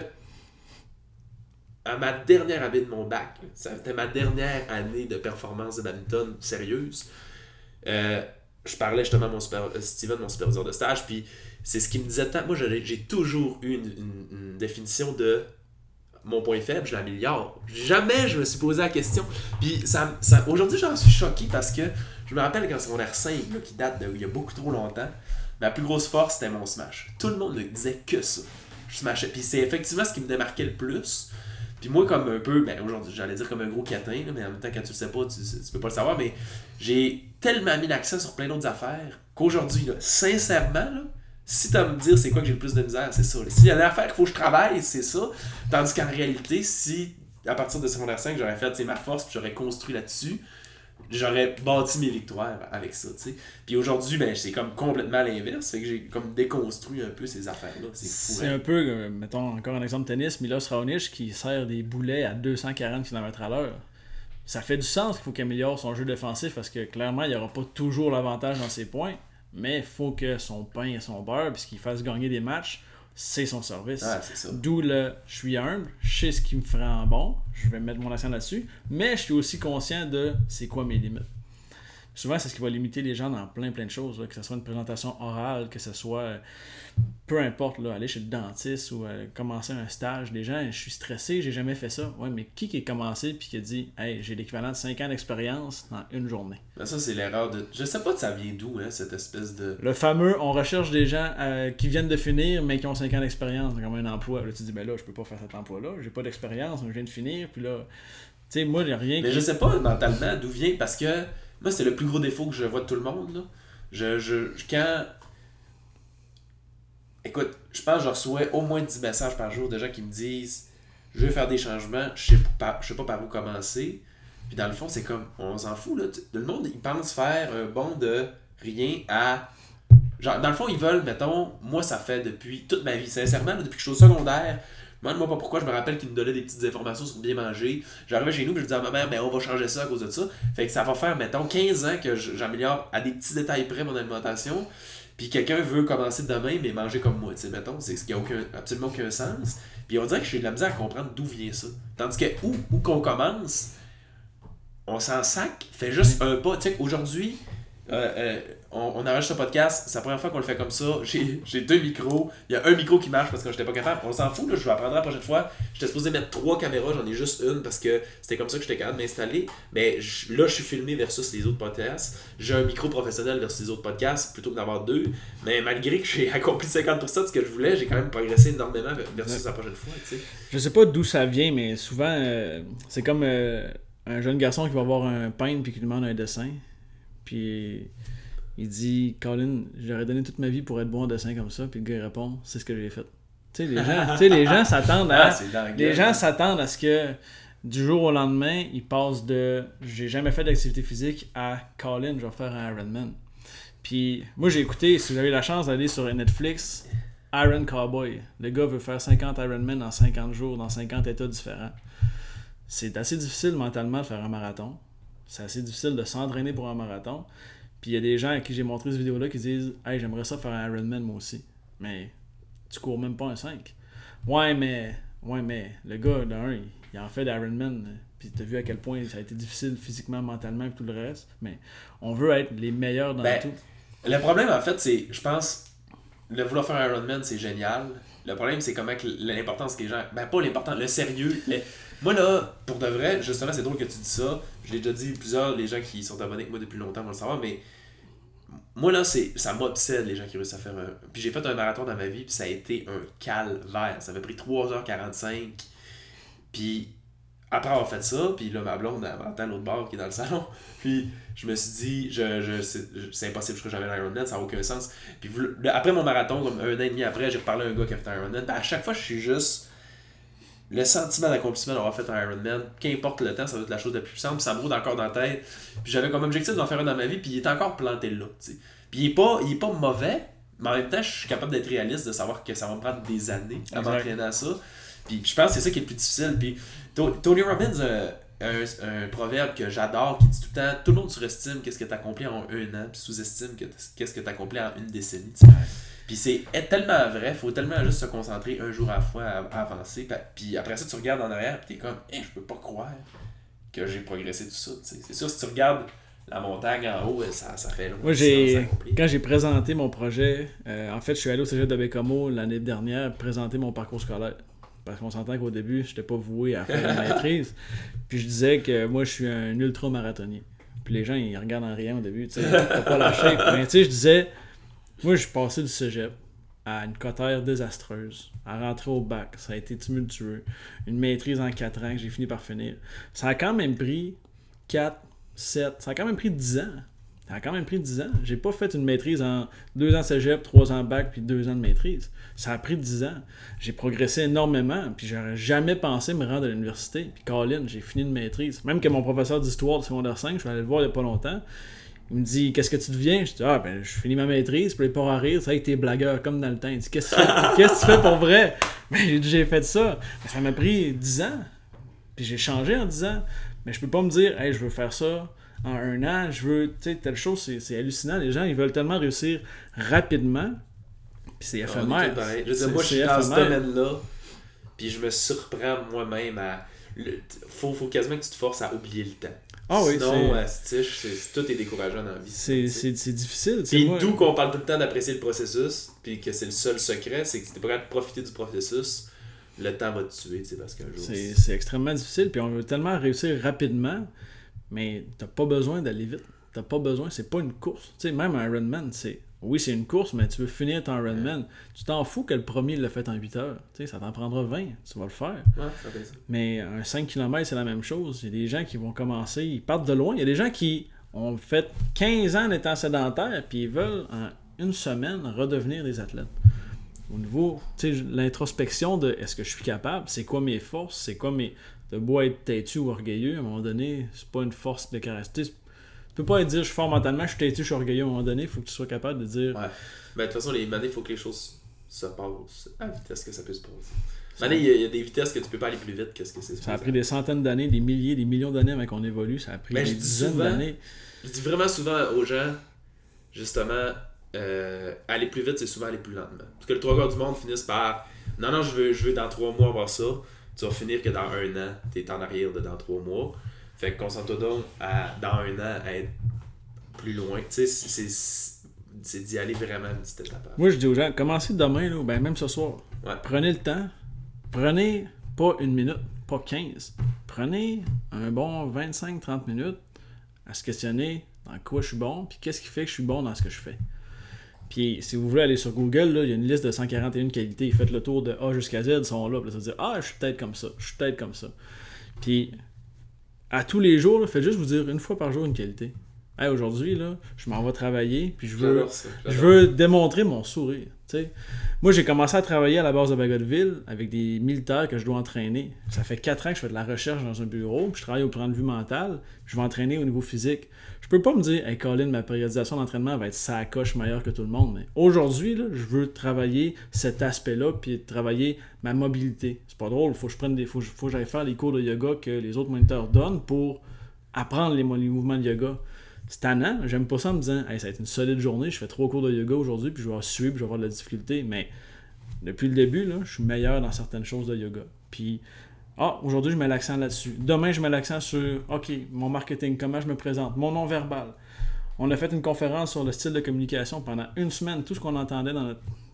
à ma dernière année de mon bac, c'était ma dernière année de performance de badminton sérieuse. Je parlais justement à Steven, mon superviseur de stage, puis c'est ce qu'il me disait tant. Moi, j'ai toujours eu une définition de mon point faible, je l'améliore. Jamais je me suis posé la question. Puis aujourd'hui, j'en suis choqué parce que je me rappelle qu'en secondaire 5, là, qui date d'il y a beaucoup trop longtemps, ma plus grosse force, c'était mon smash. Tout le monde ne disait que ça. Je smashais. Puis c'est effectivement ce qui me démarquait le plus. Puis moi, comme un peu, aujourd'hui, j'allais dire comme un gros catin, là, mais en même temps, quand tu le sais pas, tu peux pas le savoir, mais j'ai tellement mis l'accent sur plein d'autres affaires qu'aujourd'hui, là, sincèrement, là, si t'as à me dire c'est quoi que j'ai le plus de misère, c'est ça. S'il y a une affaire qu'il faut que je travaille, c'est ça. Tandis qu'en réalité, si à partir de secondaire 5, j'aurais fait ma force puis j'aurais construit là-dessus, j'aurais bâti mes victoires avec ça, tu sais. Puis aujourd'hui, c'est comme complètement l'inverse. Fait que j'ai comme déconstruit un peu ces affaires-là. C'est fou. C'est un peu, mettons encore un exemple de tennis, Milos Raonic qui sert des boulets à 240 km/h. Ça fait du sens qu'il faut qu'il améliore son jeu défensif parce que clairement, il n'y aura pas toujours l'avantage dans ses points. Mais il faut que son pain et son beurre, puisqu'il fasse gagner des matchs, c'est son service. Ah, c'est ça. D'où je suis humble, je sais ce qui me ferait en bon, je vais mettre mon accent là-dessus, mais je suis aussi conscient de c'est quoi mes limites. Souvent, c'est ce qui va limiter les gens dans plein de choses, là, que ce soit une présentation orale, que ce soit, peu importe, là, aller chez le dentiste ou commencer un stage. Les gens, je suis stressé, j'ai jamais fait ça. Ouais, mais qui est commencé puis qui a dit « Hey, j'ai l'équivalent de 5 ans d'expérience dans une journée. » Ça, c'est l'erreur de... Je sais pas de ça vient d'où, hein, cette espèce de... Le fameux « On recherche des gens qui viennent de finir, mais qui ont 5 ans d'expérience comme un emploi. » Là, tu dis « Ben là, je peux pas faire cet emploi-là, j'ai pas d'expérience, je viens de finir. » Puis là, tu sais, moi, il n'y a rien Mais je sais pas mentalement d'où vient, parce que moi, c'est le plus gros défaut que je vois de tout le monde, là. Quand... Écoute, je pense que je reçois au moins 10 messages par jour de gens qui me disent « Je veux faire des changements, je sais pas par où commencer. » Puis dans le fond, c'est comme, on s'en fout, là. Le monde, il pense faire un bond de rien à... Genre, dans le fond, ils veulent, mettons, moi, ça fait depuis toute ma vie, sincèrement, là, depuis que je suis au secondaire, demande-moi pas pourquoi, je me rappelle qu'ils nous donnaient des petites informations sur bien manger. J'arrivais chez nous, puis je disais à ma mère, on va changer ça à cause de ça. Fait que ça va faire, mettons, 15 ans que j'améliore à des petits détails près mon alimentation. Puis quelqu'un veut commencer demain, mais manger comme moi, tu sais, mettons, c'est ce qui a absolument aucun sens. Puis on dirait que j'ai de la misère à comprendre d'où vient ça. Tandis que où qu'on commence, on s'en sac, fait juste un pas. Tu sais, aujourd'hui, on enregistre ce podcast, c'est la première fois qu'on le fait comme ça. J'ai 2 micros, il y a un micro qui marche parce que j'étais pas capable. On s'en fout, là, je vais apprendre la prochaine fois. J'étais supposé mettre 3 caméras, j'en ai juste une parce que c'était comme ça que j'étais capable de m'installer. Mais là, je suis filmé versus les autres podcasts. J'ai un micro professionnel versus les autres podcasts plutôt que d'avoir 2. Mais malgré que j'ai accompli 50% de ce que je voulais, j'ai quand même progressé énormément versus la prochaine fois. Tu sais. Je sais pas d'où ça vient, mais souvent, c'est comme un jeune garçon qui va voir un peintre puis qui lui demande un dessin. Puis il dit « Colin, j'aurais donné toute ma vie pour être bon en dessin comme ça. » Puis le gars répond « C'est ce que j'ai fait. » Tu sais, les gens s'attendent à... les gens s'attendent à ce que du jour au lendemain, ils passent de « J'ai jamais fait d'activité physique » à « Colin, je vais faire un Ironman. » Puis moi, j'ai écouté, si vous avez la chance d'aller sur Netflix, Iron Cowboy. Le gars veut faire 50 Ironman en 50 jours, dans 50 états différents. C'est assez difficile mentalement de faire un marathon. C'est assez difficile de s'entraîner pour un marathon. Puis il y a des gens à qui j'ai montré cette vidéo-là qui disent « Hey, j'aimerais ça faire un Ironman moi aussi. » Mais tu cours même pas un 5. Ouais, mais le gars, d'un, il en fait d'Ironman Puis t'as vu à quel point ça a été difficile physiquement, mentalement et tout le reste. Mais on veut être les meilleurs dans tout. Le problème, en fait, c'est, je pense, le vouloir faire un Ironman, c'est génial. Le problème, c'est comment que l'importance que les gens... Ben, pas l'important, le sérieux. Moi, là, pour de vrai, justement, c'est drôle que tu dis ça. Je l'ai déjà dit, les gens qui sont abonnés avec moi depuis longtemps vont le savoir, mais moi, là, ça m'obsède, les gens qui réussissent à faire un... Puis j'ai fait un marathon dans ma vie, puis ça a été un calvaire. Ça m'a pris 3h45. Puis après avoir fait ça, puis là, ma blonde, elle m'entend l'autre bord qui est dans le salon. Puis je me suis dit, c'est impossible, je ferai jamais l'Ironman, ça n'a aucun sens. Puis après mon marathon, comme 1 an et demi après, j'ai reparlé à un gars qui a fait un Ironman. Ben, à chaque fois, je suis juste... Le sentiment d'accomplissement d'avoir fait un Ironman, qu'importe le temps, ça va être la chose la plus puissante, puis ça me rôde encore dans la tête. Puis j'avais comme objectif d'en faire un dans ma vie, puis il est encore planté là, tu sais. Puis il est pas mauvais, mais en même temps, je suis capable d'être réaliste, de savoir que ça va me prendre des années à m'entraîner à ça. Puis je pense que c'est ça qui est le plus difficile. Puis Tony Robbins a un proverbe que j'adore qui dit tout le temps: tout le monde surestime qu'est-ce que tu accomplis en 1 an, puis sous-estime qu'est-ce que tu accomplis en 1 décennie. T'sais. Puis c'est tellement vrai, faut tellement juste se concentrer un jour à la fois à avancer. Puis après ça, tu regardes en arrière, puis t'es comme, je peux pas croire que j'ai progressé tout ça. T'sais. C'est sûr, si tu regardes la montagne en haut, ça fait long. Moi, quand j'ai présenté mon projet, en fait, je suis allé au Cégep de Bécomo l'année dernière présenter mon parcours scolaire. Parce qu'on s'entend qu'au début, je n'étais pas voué à faire la maîtrise. Puis je disais que moi, je suis un ultra-marathonien. Puis les gens, ils regardent en rien au début, tu sais, t'as pas lâché. Mais tu sais, je disais, moi, je suis passé du cégep à une cotère désastreuse, à rentrer au bac. Ça a été tumultueux. Une maîtrise en 4 ans que j'ai fini par finir. Ça a quand même pris 4, 7, ça a quand même pris 10 ans. Ça a quand même pris 10 ans. J'ai pas fait une maîtrise en 2 ans cégep, 3 ans bac, puis 2 ans de maîtrise. Ça a pris 10 ans. J'ai progressé énormément, puis j'aurais jamais pensé me rendre à l'université. Puis Colin, j'ai fini une maîtrise. Même que mon professeur d'histoire de secondaire 5, je suis allé le voir il y a pas longtemps, il me dit, qu'est-ce que tu deviens? Je dis, je finis ma maîtrise, puis il part à rire, c'est vrai que t'es blagueur comme dans le temps. Il dit, qu'est-ce que tu fais pour vrai? Ben, j'ai fait ça. Ben, ça m'a pris 10 ans. Puis j'ai changé en 10 ans. Mais je peux pas me dire, je veux faire ça en 1 an, je veux, tu sais, telle chose, c'est hallucinant. Les gens, ils veulent tellement réussir rapidement, puis c'est éphémère. Je veux dire, moi, je suis dans ce domaine-là, puis je me surprends moi-même à... Faut quasiment que tu te forces à oublier le temps. Ah oui, sinon, tout est décourageant dans la vie. C'est difficile. Puis d'où qu'on parle tout le temps d'apprécier le processus, puis que c'est le seul secret, c'est que si t'es pas capable de profiter du processus, le temps va te tuer, tu sais, parce qu'un jour... C'est extrêmement difficile, puis on veut tellement réussir rapidement, mais t'as pas besoin d'aller vite. T'as pas besoin, c'est pas une course. Tu sais, même un Ironman, oui, c'est une course, mais tu veux finir ton Ironman. Tu t'en fous que le premier l'a fait en 8 heures. Tu sais, ça t'en prendra 20, tu vas le faire. Ouais, ça fait ça. Mais un 5 km, c'est la même chose. Il y a des gens qui vont commencer, ils partent de loin. Il y a des gens qui ont fait 15 ans d'étant sédentaires, puis ils veulent, en 1 semaine, redevenir des athlètes. Au niveau, tu sais, l'introspection de est-ce que je suis capable, c'est quoi mes forces, c'est quoi mes... De beau être têtu ou orgueilleux, à un moment donné, c'est pas une force de caractère. Tu peux pas dire je suis fort mentalement, je suis têtu, je suis orgueilleux. À un moment donné, il faut que tu sois capable de dire. Ouais. Ben, de toute façon, il faut que les choses se passent à la vitesse que ça peut se passer. Il y a des vitesses que tu peux pas aller plus vite que ce que c'est. Ça a pris des centaines d'années, des milliers, des millions d'années avant qu'on évolue. Ça a pris des dizaines d'années. Je dis vraiment souvent aux gens, justement, aller plus vite, c'est souvent aller plus lentement. Parce que le 3/4 du monde finissent par non, je veux dans 3 mois avoir ça. Tu vas finir que dans 1 an, tu es en arrière de dans 3 mois. Fait que concentre-toi donc dans 1 an à être plus loin. Tu sais, c'est d'y aller vraiment une petite étape. Moi, je dis aux gens, commencez demain, là, ben même ce soir. Ouais. Prenez le temps. Prenez pas 1 minute, pas 15. Prenez un bon 25-30 minutes à se questionner dans quoi je suis bon, puis qu'est-ce qui fait que je suis bon dans ce que je fais. Puis si vous voulez aller sur Google, là, il y a une liste de 141 qualités. Faites le tour de A jusqu'à Z, ils sont là. Puis ça veut dire, je suis peut-être comme ça, je suis peut-être comme ça. Puis à tous les jours, là, faites juste vous dire 1 fois par jour une qualité. Aujourd'hui, là, je m'en vais travailler, puis je veux démontrer mon sourire. T'sais. Moi, j'ai commencé à travailler à la base de Bagotville avec des militaires que je dois entraîner. Ça fait 4 ans que je fais de la recherche dans un bureau, puis je travaille au point de vue mental, puis je vais entraîner au niveau physique. Je peux pas me dire, Colin, ma périodisation d'entraînement va être ça coche meilleure que tout le monde. Mais aujourd'hui, là, je veux travailler cet aspect-là, puis travailler ma mobilité. C'est pas drôle, faut que j'aille faire les cours de yoga que les autres moniteurs donnent pour apprendre les mouvements de yoga. C'est tannant, j'aime pas ça en me disant ça va être une solide journée, je fais 3 cours de yoga aujourd'hui, puis je vais suivre, puis je vais avoir de la difficulté. Mais depuis le début, là, je suis meilleur dans certaines choses de yoga. Puis aujourd'hui, je mets l'accent là-dessus. Demain, je mets l'accent sur, OK, mon marketing, comment je me présente, mon non-verbal. On a fait une conférence sur le style de communication pendant une semaine. Tout ce qu'on entendait dans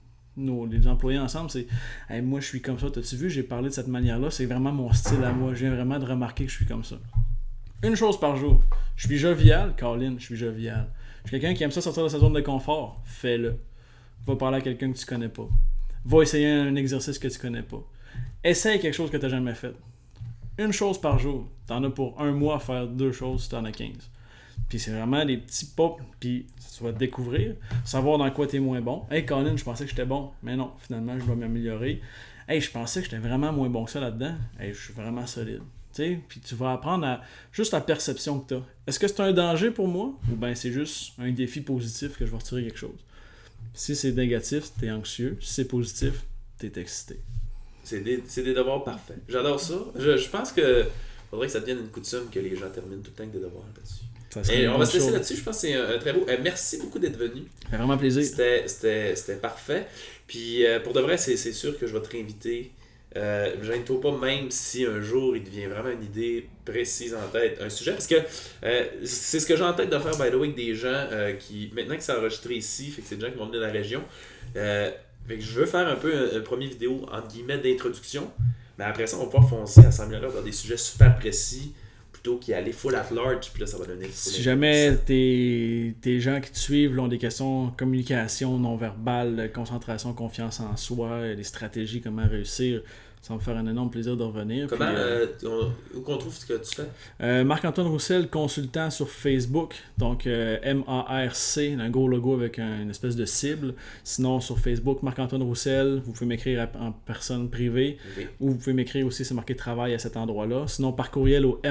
les employés ensemble, c'est hey, moi, je suis comme ça. T'as-tu vu, j'ai parlé de cette manière-là. C'est vraiment mon style à moi. Je viens vraiment de remarquer que je suis comme ça. Une chose par jour. Je suis jovial. Colin, je suis jovial. Je suis quelqu'un qui aime ça sortir de sa zone de confort. Fais-le. Va parler à quelqu'un que tu connais pas. Va essayer un exercice que tu connais pas. Essaye quelque chose que tu n'as jamais fait. Une chose par jour. Tu en as pour un mois à faire 2 choses si tu en as 15. Puis c'est vraiment des petits pas, puis tu vas découvrir, savoir dans quoi tu es moins bon. Hey Colin, je pensais que j'étais bon, mais non, finalement je dois m'améliorer. Hey, je pensais que j'étais vraiment moins bon que ça là-dedans. Hey, je suis vraiment solide. Puis tu vas apprendre à juste la perception que tu as. Est-ce que c'est un danger pour moi ou bien c'est juste un défi positif que je vais retirer quelque chose? Si c'est négatif, tu es anxieux. Si c'est positif, tu es excité. C'est des devoirs parfaits. J'adore ça. Je pense que faudrait que ça devienne une coutume que les gens terminent tout le temps avec des devoirs là-dessus. Et on va se laisser là-dessus, je pense que c'est un très beau. Merci beaucoup d'être venu. Ça fait vraiment plaisir. C'était parfait. Puis pour de vrai, c'est sûr que je vais te réinviter. Gêne-toi pas, même si un jour il devient vraiment une idée précise en tête, un sujet. Parce que c'est ce que j'ai en tête de faire, by the way, avec des gens qui, maintenant que c'est enregistré ici, fait que c'est des gens qui vont venir de la région. Fait que je veux faire un peu une première vidéo, entre guillemets, d'introduction. Mais après ça, on va pouvoir foncer à 100 000 dans des sujets super précis. Plutôt qu'y aller full at large, puis là ça va donner si jamais tes gens qui te suivent ont des questions communication non verbale, concentration, confiance en soi, les stratégies, comment réussir, ça va me faire un énorme plaisir de revenir. Comment où qu'on trouve ce que tu fais? Marc-Antoine Roussel, consultant sur Facebook, donc M-A-R-C, un gros logo avec une espèce de cible. Sinon sur Facebook, Marc-Antoine Roussel, vous pouvez m'écrire en personne privée, ou vous pouvez m'écrire aussi, c'est marqué travail à cet endroit-là. Sinon par courriel au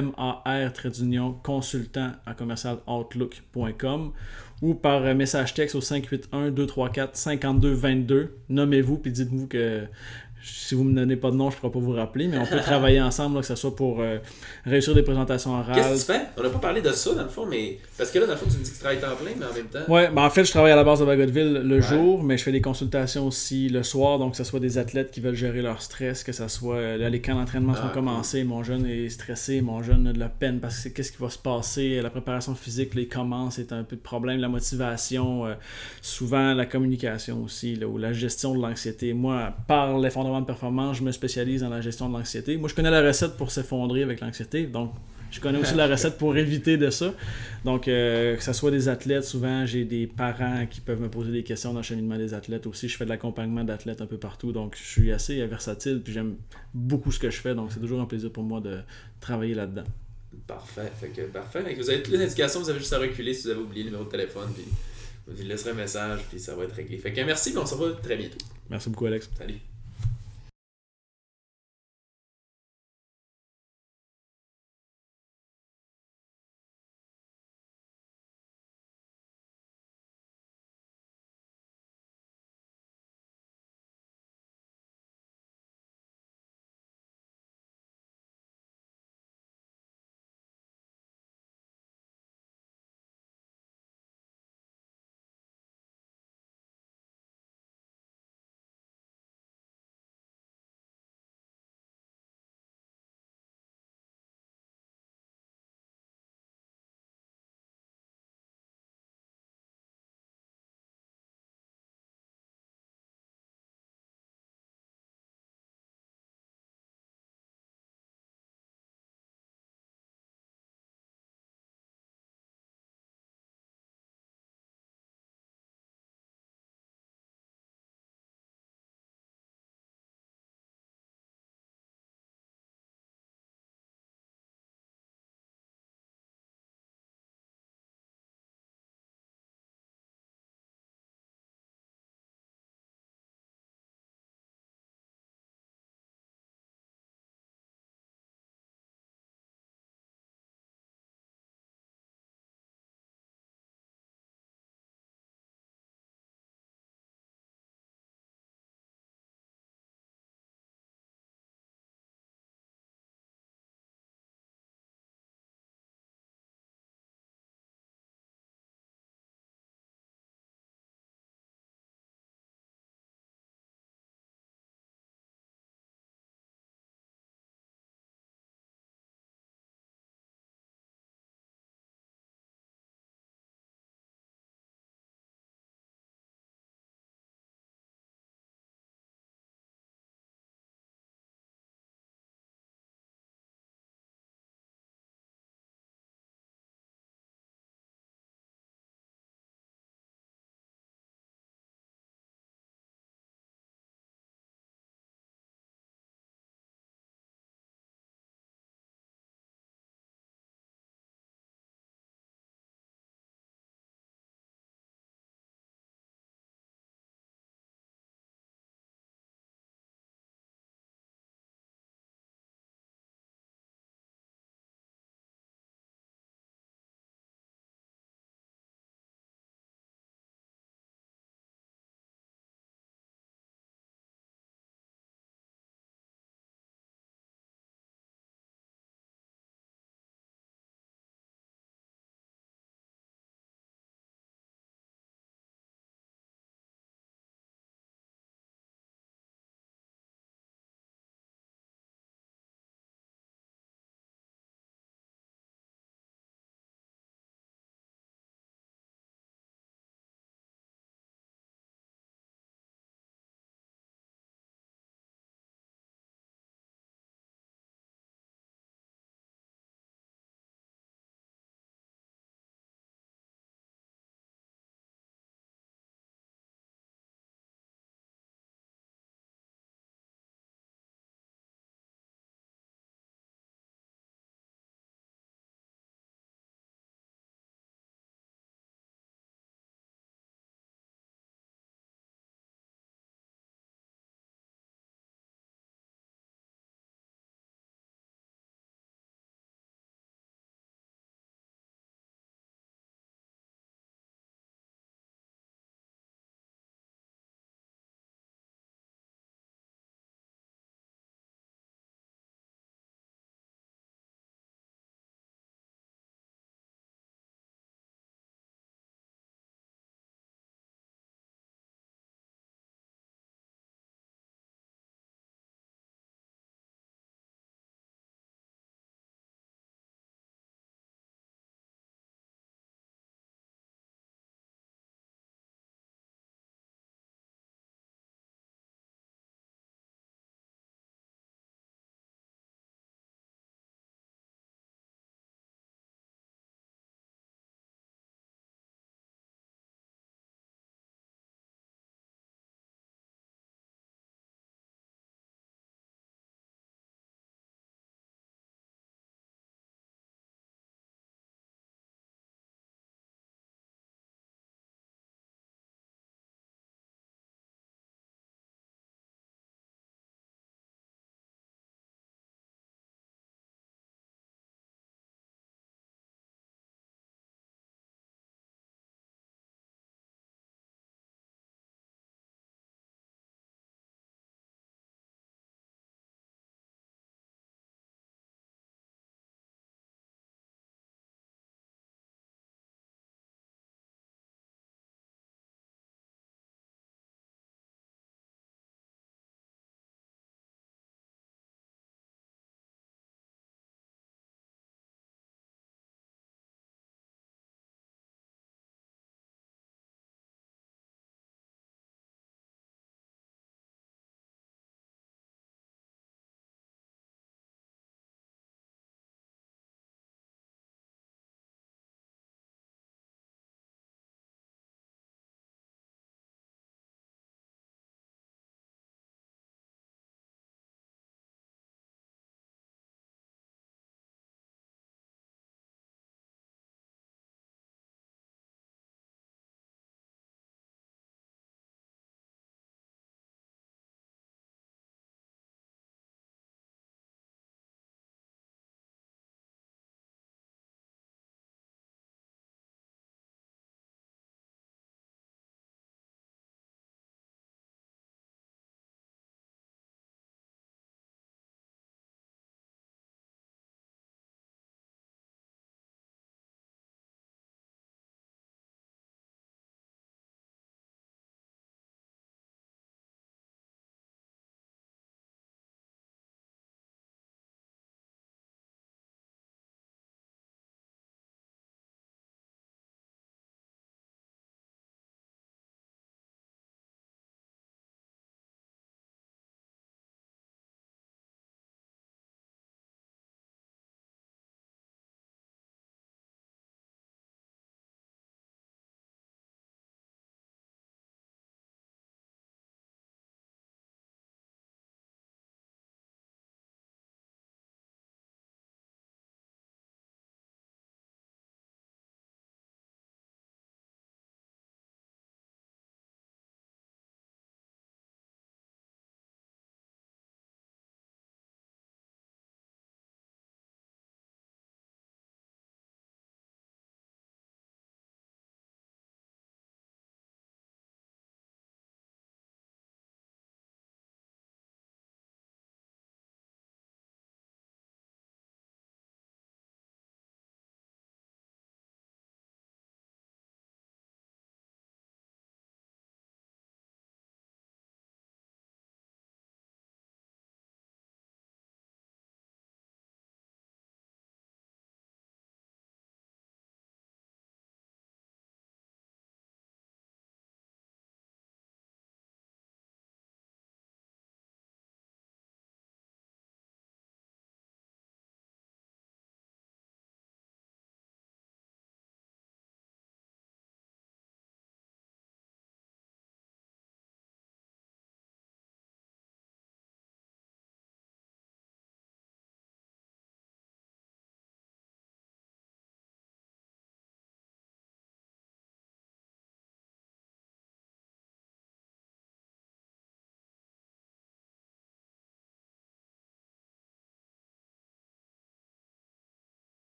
mar-consultant@outlook.com ou par message texte au 581-234-5222. Nommez-vous puis dites-vous que si vous me donnez pas de nom, je ne pourrai pas vous rappeler, mais on peut travailler ensemble, là, que ce soit pour réussir des présentations orales. Qu'est-ce que tu fais? On n'a pas parlé de ça, dans le fond, mais parce que là, dans le fond, tu me dis que tu travailles temps plein, mais en même temps... Ouais, en fait, je travaille à la base de Bagotville le jour, mais je fais des consultations aussi le soir, donc que ce soit des athlètes qui veulent gérer leur stress, que ce soit là, les camps d'entraînement sont commencés, mon jeune est stressé, mon jeune a de la peine parce que qu'est-ce qui va se passer, la préparation physique, là, il commence, c'est un peu de problème, la motivation, souvent la communication aussi, là, ou la gestion de l'anxiété. Moi, par l'effondrement de performance, je me spécialise dans la gestion de l'anxiété. Moi, je connais la recette pour s'effondrer avec l'anxiété, donc je connais aussi la recette pour éviter de ça. Donc, que ce soit des athlètes, souvent, j'ai des parents qui peuvent me poser des questions dans le cheminement des athlètes aussi. Je fais de l'accompagnement d'athlètes un peu partout, donc je suis assez versatile, puis j'aime beaucoup ce que je fais, donc c'est toujours un plaisir pour moi de travailler là-dedans. Parfait. Parfait. Vous avez toutes les indications, vous avez juste à reculer si vous avez oublié le numéro de téléphone, puis vous laisserez un message, puis ça va être réglé. Fait que merci, puis on se revoit très bientôt. Merci beaucoup, Alex. Salut.